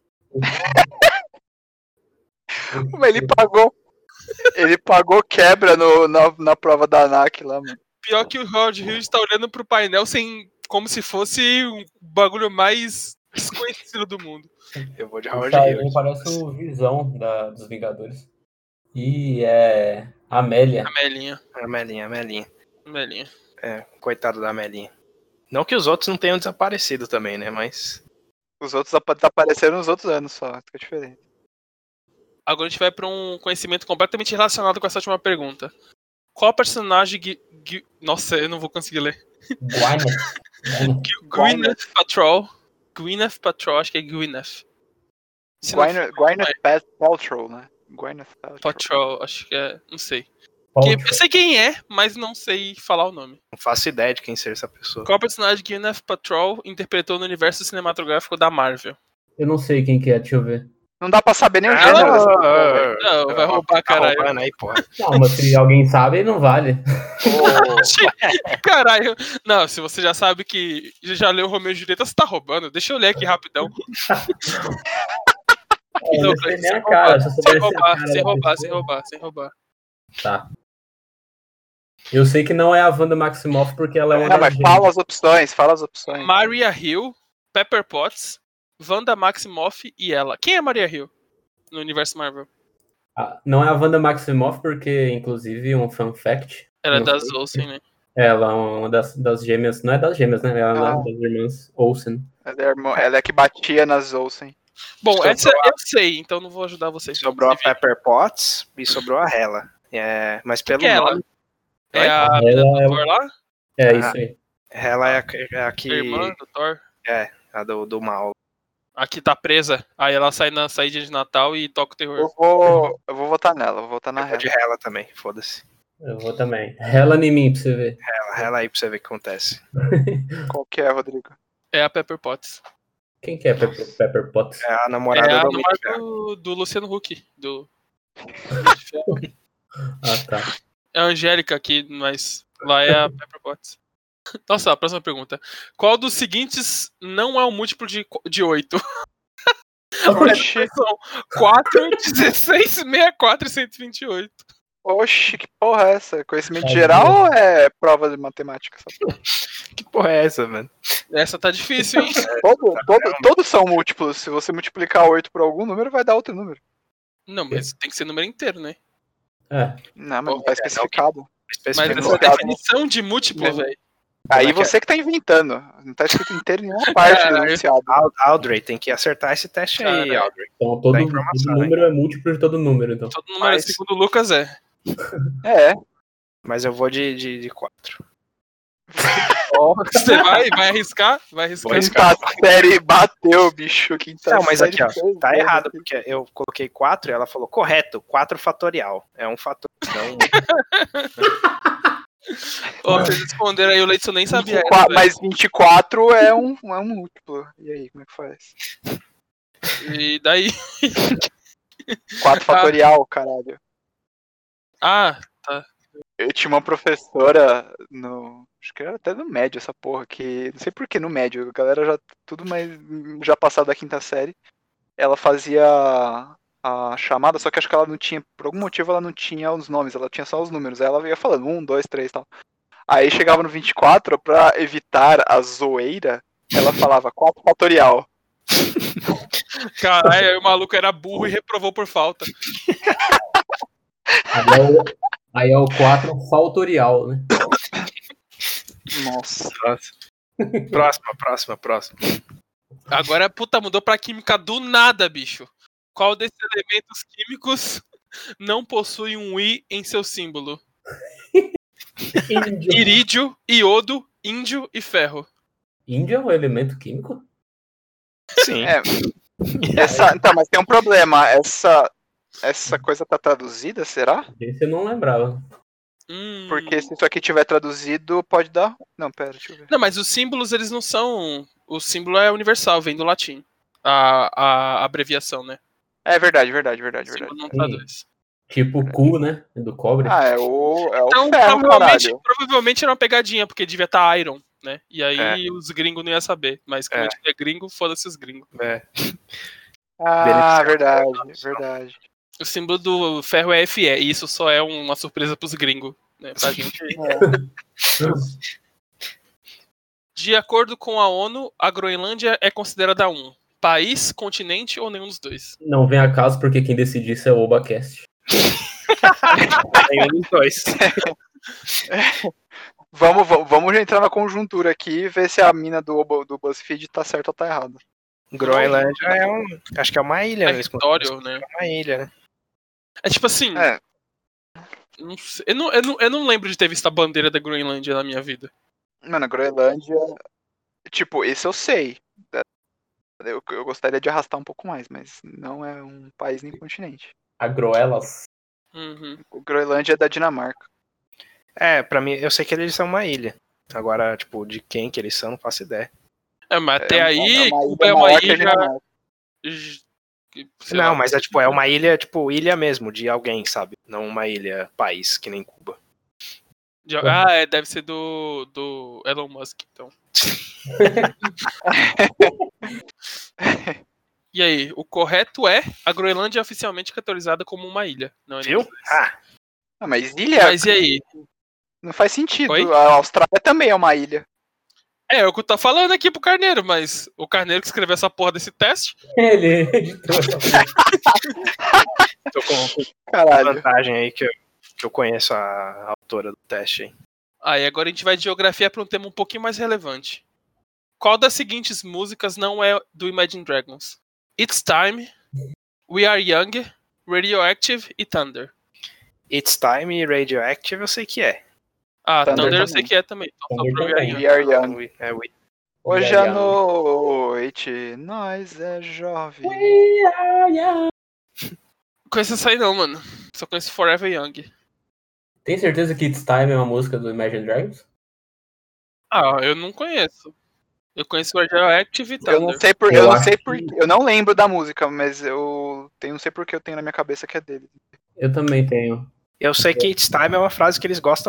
Mas ele pagou. Ele pagou quebra no, na, na prova da ANAC lá, mano. Pior que o Howard Hughes tá olhando pro painel sem, como se fosse o bagulho mais desconhecido do mundo. Eu vou de O Howard Charlie Hughes. parece o Visão da, dos Vingadores. E é Amélia. A Melinha. A Melinha, a Melinha. Melinha. É, coitado da Melinha. Não que os outros não tenham desaparecido também, né? Mas. Os outros apa- apareceram nos outros anos só, fica diferente. Agora a gente vai pra um conhecimento completamente relacionado com essa última pergunta. Qual personagem... Gui... Gui... Nossa, eu não vou conseguir ler. Gwyneth. Gu- Gwyneth Paltrow. Gwyneth Paltrow, acho que é Gwyneth. Se não Gwyneth, for, Gwyneth é Paltrow, né? Gwyneth Paltrow. Paltrow, acho que é... Não sei. Paltrow. Que- eu sei quem é, mas não sei falar o nome. Não faço ideia de quem seja essa pessoa. Qual personagem Gwyneth Paltrow interpretou no universo cinematográfico da Marvel? Eu não sei quem que é, deixa eu ver. Não dá pra saber nem o Ah, gênero dessa porra. Não, vai roubar, Tá caralho. roubando aí, porra. Não, mas se alguém sabe, não vale. Caralho. Não, se você já sabe que já leu Romeu e Julieta, você tá roubando. Deixa eu ler aqui rapidão. Eu Não, não sei nem a sem cara, se eu Sem soubesse a roubar, cara sem da roubar, pessoa. sem roubar, sem roubar. Tá. Eu sei que não é a Wanda Maximoff porque ela é uma Não, das mas gêmeas. fala as opções, fala as opções. Maria Hill, Pepper Potts, Wanda Maximoff e ela. Quem é Maria Hill no universo Marvel? Ah, não é a Wanda Maximoff porque, inclusive, um fun fact. Ela é Não das sei. Olsen, né? Ela é uma das, das gêmeas. Não é das gêmeas, né? Ela é Ah. das irmãs Olsen. Ela é, a irmã- ela é que batia nas Olsen. Bom, Sobrou essa eu sei, então não vou ajudar vocês. Sobrou a Inclusive, Pepper Potts e sobrou a Hela. É, mas pelo que é ela? nome, É a Ela menina do é- Thor lá? É Ah. isso aí. Hela é a, é a que. A irmã do Thor? É, a do, do mal. Aqui tá presa. Aí ela sai na saída de Natal e toca o terror. Eu vou, eu vou votar nela, vou votar na Eu vou Hela. de Hela também, foda-se. Eu vou também. Rela em mim pra você ver. Hela, Hela aí pra você ver o que acontece. Qual que é, Rodrigo? É a Pepper Potts. Quem que é Pepper, Pepper Potts? É a É namorada a do Homem de namorada Ferro. do, do Luciano Huck. Do... Ah, tá. É a Angélica aqui, mas lá é a Pepper Potts. Nossa, a próxima pergunta. Qual dos seguintes não é um múltiplo de, de oito? Oxi, São quatro, dezesseis, sessenta e quatro e cento e vinte e oito. oxi, que porra é essa? Conhecimento Tá geral bom. ou é prova de matemática? Essa porra? Que porra é essa, mano? Essa tá difícil, hein? Todo, todo, todos são múltiplos. Se você multiplicar oito por algum número, vai dar outro número. Não, mas tem que ser número inteiro, né? É. Não, mas não Porra, tá é, especificado. Mas Especificamente. essa definição de múltiplo, Mas- velho. Aí é que é? você que tá inventando. Não tá escrito inteiro em nenhuma parte do Caralho. enunciado. Ald- Audrey, tem que acertar esse teste aí, Cara. Audrey. Então todo, Dá informação, todo número é múltiplo de todo número, então. Todo número, Mas- segundo o Lucas, é. É. Mas eu vou de, de, de quatro. Você vai, vai arriscar? Vai arriscar? Vou arriscar. Quinta série bateu, bicho. Quinta Não, mas série aqui, ó, fez, tá né? errado, porque eu coloquei quatro e ela falou, correto, quatro fatorial. É um fator. Não, Ó, vocês responderam aí, o Leidson nem sabia. essa, vinte e quatro, velho. mas vinte e quatro é um, é um múltiplo. E aí, como é que faz? E daí? quatro fatorial, caralho. Ah, Eu tinha uma professora no. Acho que era até no médio essa porra, que. Não sei por que no médio, a galera já. Tudo mais. Já passado da quinta série. Ela fazia a chamada, só que acho que ela não tinha. Por algum motivo ela não tinha os nomes, ela tinha só os números. Aí ela ia falando um, dois, três e tal. Aí chegava no vinte e quatro, pra evitar a zoeira, ela falava quatro fatorial. caralho, aí o maluco era burro e reprovou por falta. Aí é o, aí é o quatro faltorial, né? Nossa. nossa. Próxima, próxima, próxima. Agora, puta, mudou pra química do nada, bicho. Qual desses elementos químicos não possui um I em seu símbolo? Índio. Irídio, iodo, índio e ferro. Índio é um elemento químico? Sim. É. Essa, então, mas tem um problema. Essa, essa coisa tá traduzida, será? Esse eu não lembrava. Hum. Porque se isso aqui tiver traduzido, pode dar. Não, pera, deixa eu ver. Não, mas os símbolos, eles não são... O símbolo é universal, vem do latim. A, a abreviação, né? É verdade, verdade, verdade, O verdade. símbolo não traduz. Tipo o cu, né? Do cobre. Ah, é o, é o Então, ferro, provavelmente, caralho. provavelmente era uma pegadinha, porque devia estar Iron, né? E aí É. os gringos não iam saber. Mas como É. a gente é gringo, foda-se os gringos. É. Ah, Delicioso. verdade, verdade. O símbolo do ferro é Fe, e isso só é uma surpresa pros gringos, né? Pra gente. De acordo com a ONU, a Groenlândia é considerada um país, continente ou nenhum dos dois? Não vem a caso porque quem decide isso é o ObaCast. Nenhum dos dois. Vamos, vamos, vamos já entrar na conjuntura aqui e ver se a mina do, Oba- do BuzzFeed tá certa ou tá errada. Groenlândia é um. Acho que é uma ilha, né? Eles Território, né? É uma ilha, né? É tipo assim. É, Não sei, eu, não, eu, não, eu não lembro de ter visto a bandeira da Groenlândia na minha vida. mano, a Groenlândia. Tipo, esse eu sei. Eu, eu gostaria de arrastar um pouco mais, mas não é um país nem continente. A Groelas. Uhum. O Groenlândia é da Dinamarca. É, pra mim, eu sei que eles são uma ilha. Agora, tipo, de quem que eles são, não faço ideia. É, mas até É uma- aí, é uma Cuba ilha é uma maior que a ilha. Dinamarca. sei não, lá. mas é tipo, é uma ilha, tipo, ilha mesmo, de alguém, sabe? Não uma ilha, país, que nem Cuba. De- Ah, é, deve ser do, do Elon Musk, então. E aí, o correto é a Groenlândia é oficialmente categorizada como uma ilha. Não é Viu? nem- Ah, Ah, mas ilha Mas e aí? não faz sentido. Oi? A Austrália também é uma ilha. É, é o que eu tô falando aqui pro Carneiro, mas o Carneiro que escreveu essa porra desse teste. Ele editou essa porra. tô com uma Caralho. vantagem aí que eu, que eu conheço a autora do teste, hein? Aí agora a gente vai de geografia para um tema um pouquinho mais relevante. Qual das seguintes músicas não é do Imagine Dragons? It's Time, We Are Young, Radioactive e Thunder. It's Time e Radioactive eu sei que é. Ah, Thunder Thunder, eu também. sei que é também. Então, só Thunder pro We Are também. Young. We are young. We- é, we- Hoje We are à young. noite, nós é jovem. Não conheço essa aí não, mano. Só conheço Forever Young. Tem certeza que It's Time é uma música do Imagine Dragons? Ah, eu não conheço. Eu conheço Radioactive e Eu não Thunder. sei por, Eu eu não acho sei que- por, eu não lembro da música, mas eu tenho, não sei porque eu tenho na minha cabeça que é dele. Eu também tenho. Eu sei que It's Time é uma frase que eles gostam.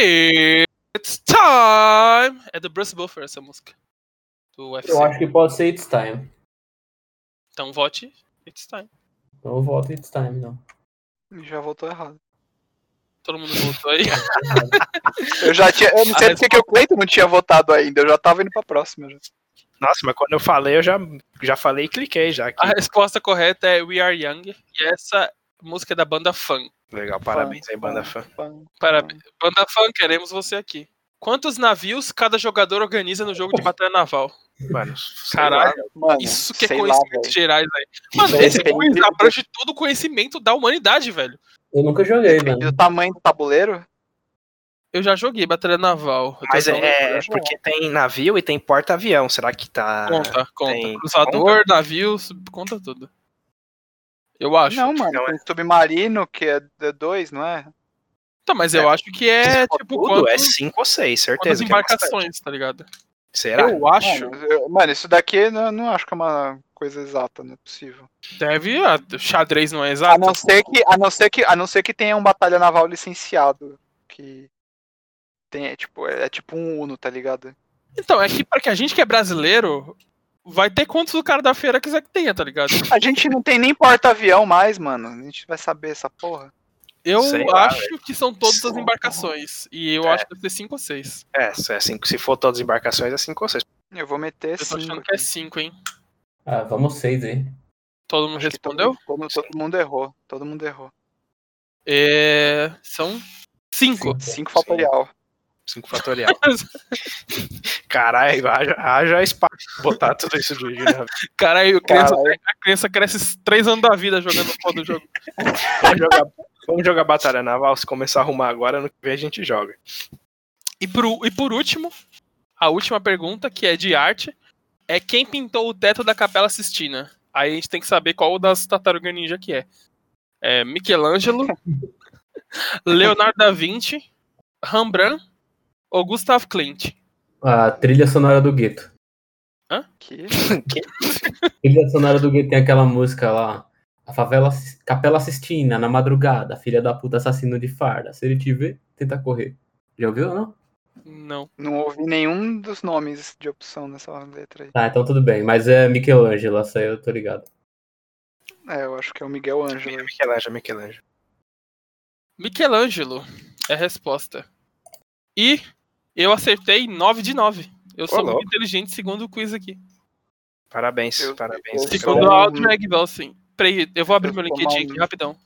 It's Time! É do Bruce Buffer essa música. Do U F C. Eu acho que pode ser It's Time. Então vote It's Time. Então eu voto It's Time, não. Já voltou errado. Todo mundo votou aí. Eu já tinha, eu não sei porque que o Cleiton não tinha votado ainda, eu já tava indo pra próxima. Já. Nossa, mas quando eu falei, eu já, já falei e cliquei já aqui. A resposta correta é We Are Young. E essa música é da banda Fun. Legal, parabéns aí, banda fã. fã. Parabéns. Banda Fun, queremos você aqui. Quantos navios cada jogador organiza no jogo de batalha naval? Mano, sei Caralho, lá. Mano, isso que é sei lá, conhecimentos velho. gerais aí. Mano, Depende- esse quiz abrange todo o conhecimento da humanidade, velho. Eu nunca joguei, Depende mano. do tamanho do tabuleiro. Eu já joguei batalha naval. Eu tô Mas só é, é lembrando. porque tem navio e tem porta-avião. Será que tá. Conta, conta. tem- Cruzador, navio, sub- conta tudo. Eu acho. Não, mano, Não, tem submarino, que é D dois, não é? Tá, mas eu acho que é Se for tipo tudo, quanto, é cinco ou seis, quantas certeza. que é bastante. embarcações, tá ligado? Será? Eu acho. Mano, eu- mano, isso daqui eu não, não acho que é uma coisa exata, não é possível. Deve. Ah, xadrez não é A exato. não ser que, a não ser que, a não ser que tenha um batalha naval licenciado, que tem, é tipo, é, é tipo um Uno, tá ligado? Então, é que pra que a gente que é brasileiro, vai ter quantos o cara da feira quiser que tenha, tá ligado? A gente não tem nem porta-avião mais, mano. A gente vai saber essa porra. Eu Sei lá, acho que são todas as embarcações. E eu É. acho que deve ser cinco ou seis. É, se, é cinco, se for todas as embarcações, é cinco ou seis. Eu vou meter Eu tô cinco. achando que é aqui. cinco, hein? Ah, vamos seis aí. Todo mundo Acho que respondeu? Todo, todo, todo mundo errou. Todo mundo errou. É... São cinco. Cinco fatorial. cinco fatorial. Caralho, haja, haja espaço pra botar tudo isso de, de navio. Caralho, a criança, Caralho. a criança cresce três anos da vida jogando o do jogo. Vamos jogar, vamos jogar Batalha Naval. Se começar a arrumar agora, no que vem a gente joga. E por, e por último, a última pergunta, que é de arte, é quem pintou o teto da Capela Sistina? Aí a gente tem que saber qual das Tartaruga Ninja que é. É Michelangelo, Leonardo da Vinci, Rembrandt ou Gustav Klimt? A trilha sonora do gueto. Que? A trilha sonora do gueto tem aquela música lá. A favela, Capela Sistina, na madrugada, filha da puta assassino de farda. Se ele te ver, tenta correr. Já ouviu ou não? Não. Não ouvi nenhum dos nomes de opção nessa letra aí. Tá, então tudo bem. Mas é Michelangelo, essa aí eu tô ligado. É, eu acho que é o Miguel Ângelo. Michelangelo, Michelangelo. Michelangelo é a resposta. E eu acertei nove de nove. Eu sou Ô, muito louco. inteligente segundo o quiz aqui. Parabéns, Eu- parabéns. eu- Segundo sou a um- Outdrag Belsen. Peraí, eu vou abrir eu meu sou LinkedIn uma- aqui, rapidão.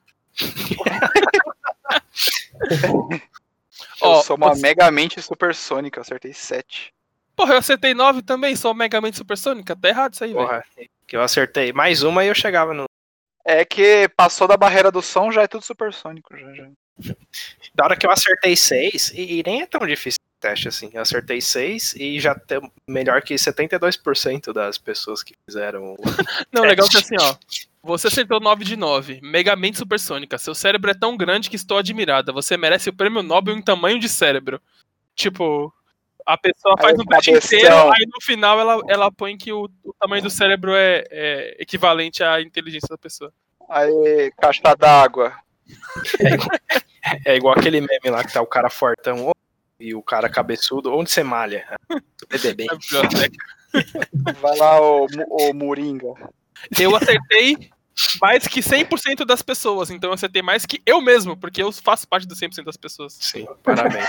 Eu Ó, sou uma você- megamente supersônica, eu acertei sete. Porra, eu acertei nove também, sou megamente supersônica. Tá errado isso aí, velho. Porra, Que eu acertei mais uma e eu chegava no... É que passou da barreira do som, já é tudo supersônico. Já, já. Da hora que eu acertei seis, e, e nem é tão difícil o teste assim. Eu acertei seis e já tem melhor que setenta e dois por cento das pessoas que fizeram o Não, teste. legal que assim, ó. Você acertou nove de nove. Megamente supersônica. Seu cérebro é tão grande que estou admirada. Você merece o prêmio Nobel em tamanho de cérebro. Tipo, a pessoa faz Aí, um teste cabeção. inteiro, aí no final ela, ela põe que o, o tamanho do cérebro é, é equivalente à inteligência da pessoa. Aí, caixa d'água. É igual, é igual aquele meme lá que tá o cara fortão e o cara cabeçudo. Onde você malha? B B B. Vai lá, ô, ô Moringa. Eu acertei mais que cem por cento das pessoas, então eu acertei mais que eu mesmo, porque eu faço parte dos cem por cento das pessoas. Sim, parabéns.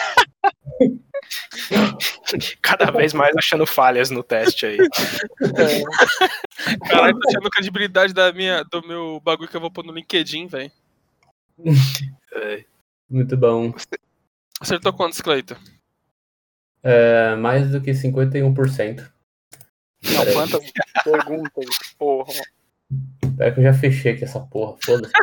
Cada vez mais achando falhas no teste aí. Caralho, tô achando credibilidade da minha, do meu bagulho que eu vou pôr no LinkedIn, velho. É. Muito bom. Acertou quantos, Cleito? É, mais do que cinquenta e um por cento. Não, quantas perguntas, porra. Pera que eu já fechei aqui essa porra, foda-se.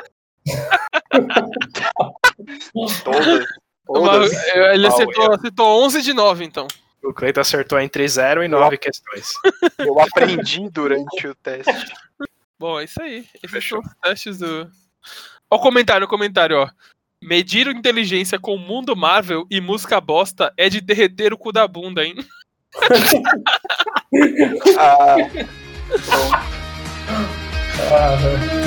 Todas. Mas, Todas. ele Ah, acertou, acertou onze de nove, então. O Cleiton acertou entre zero e nove questões. Eu aprendi durante o teste. Bom, é isso aí. Esses Fechou. são os testes do... Ó o comentário, o comentário, ó. Medir inteligência com mundo Marvel e música bosta é de derreter o cu da bunda, hein? Ah, bom. Ah,